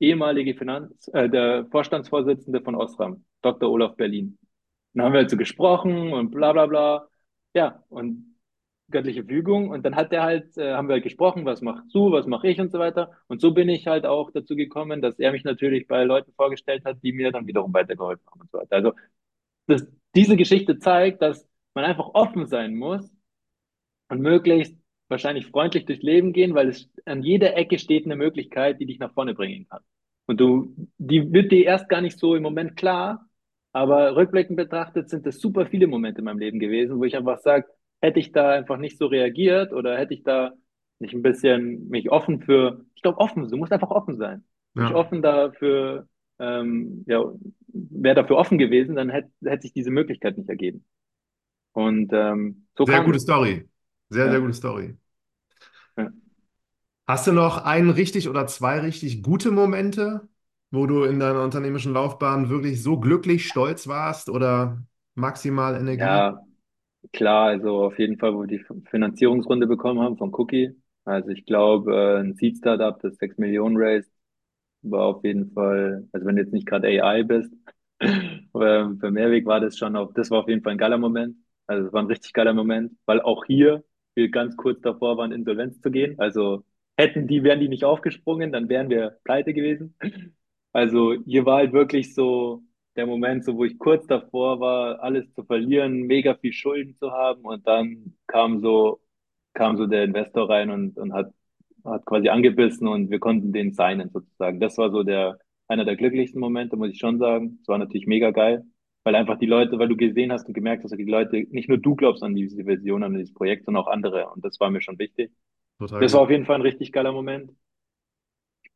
Der Vorstandsvorsitzende von Osram, Dr. Olaf Berlin. Dann haben wir halt so gesprochen und bla bla bla. Ja, und göttliche Fügung. Und dann haben wir halt gesprochen, was machst du, was mache ich und so weiter. Und so bin ich halt auch dazu gekommen, dass er mich natürlich bei Leuten vorgestellt hat, die mir dann wiederum weitergeholfen haben und so weiter. Also diese Geschichte zeigt, dass man einfach offen sein muss und möglichst wahrscheinlich freundlich durchs Leben gehen, weil es an jeder Ecke steht eine Möglichkeit, die dich nach vorne bringen kann. Die wird dir erst gar nicht so im Moment klar, aber rückblickend betrachtet sind es super viele Momente in meinem Leben gewesen, wo ich einfach sage, hätte ich da einfach nicht so reagiert oder hätte ich da nicht ein bisschen mich offen ich glaube offen, du musst einfach offen sein. Mich Ja, offen dafür, ja, wäre dafür offen gewesen, dann hätte sich diese Möglichkeit nicht ergeben. Und so sehr kam gute das. Story. Sehr, sehr Ja, gute Story. ja. Hast du noch einen richtig oder zwei richtig gute Momente, wo du in deiner unternehmerischen Laufbahn wirklich so glücklich, stolz warst oder maximal Energie? Ja, klar, also auf jeden Fall, wo wir die Finanzierungsrunde bekommen haben von Cookie. Also ich glaube, ein Seed-Startup, das 6 Millionen raised, war auf jeden Fall, also wenn du jetzt nicht gerade AI bist, aber für Mehrweg war das war auf jeden Fall ein geiler Moment. Also es war ein richtig geiler Moment, weil auch hier wir ganz kurz davor waren, Insolvenz zu gehen. Also wären die nicht aufgesprungen, dann wären wir pleite gewesen. Also hier war halt wirklich so der Moment, so wo ich kurz davor war, alles zu verlieren, mega viel Schulden zu haben und dann kam so der Investor rein und hat quasi angebissen und wir konnten den signen sozusagen. Das war so einer der glücklichsten Momente, muss ich schon sagen. Es war natürlich mega geil, weil einfach die Leute, weil du gesehen hast und gemerkt hast, dass die Leute, nicht nur du glaubst an diese Vision, an dieses Projekt, sondern auch andere und das war mir schon wichtig. Total Das war gut. auf jeden Fall ein richtig geiler Moment.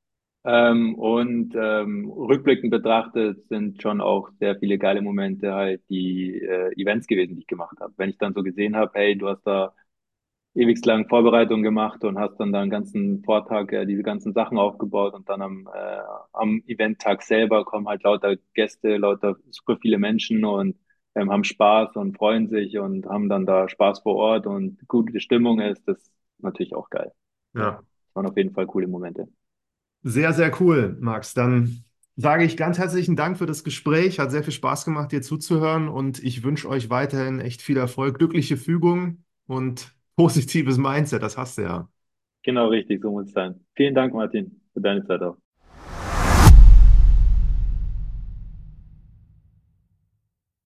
Rückblickend betrachtet sind schon auch sehr viele geile Momente halt die Events gewesen, die ich gemacht habe. Wenn ich dann so gesehen habe, hey, du hast da ewig lang Vorbereitung gemacht und hast dann da einen ganzen Vortag diese ganzen Sachen aufgebaut und dann am Eventtag selber kommen halt lauter Gäste, lauter super viele Menschen und haben Spaß und freuen sich und haben dann da Spaß vor Ort und gute Stimmung ist, das ist natürlich auch geil. Ja, Ja. das waren auf jeden Fall coole Momente. Sehr, sehr cool, Max. Dann sage ich ganz herzlichen Dank für das Gespräch. Hat sehr viel Spaß gemacht, dir zuzuhören und ich wünsche euch weiterhin echt viel Erfolg, glückliche Fügung und positives Mindset. Das hast du ja. Genau richtig, so muss es sein. Vielen Dank, Martin, für deine Zeit auch.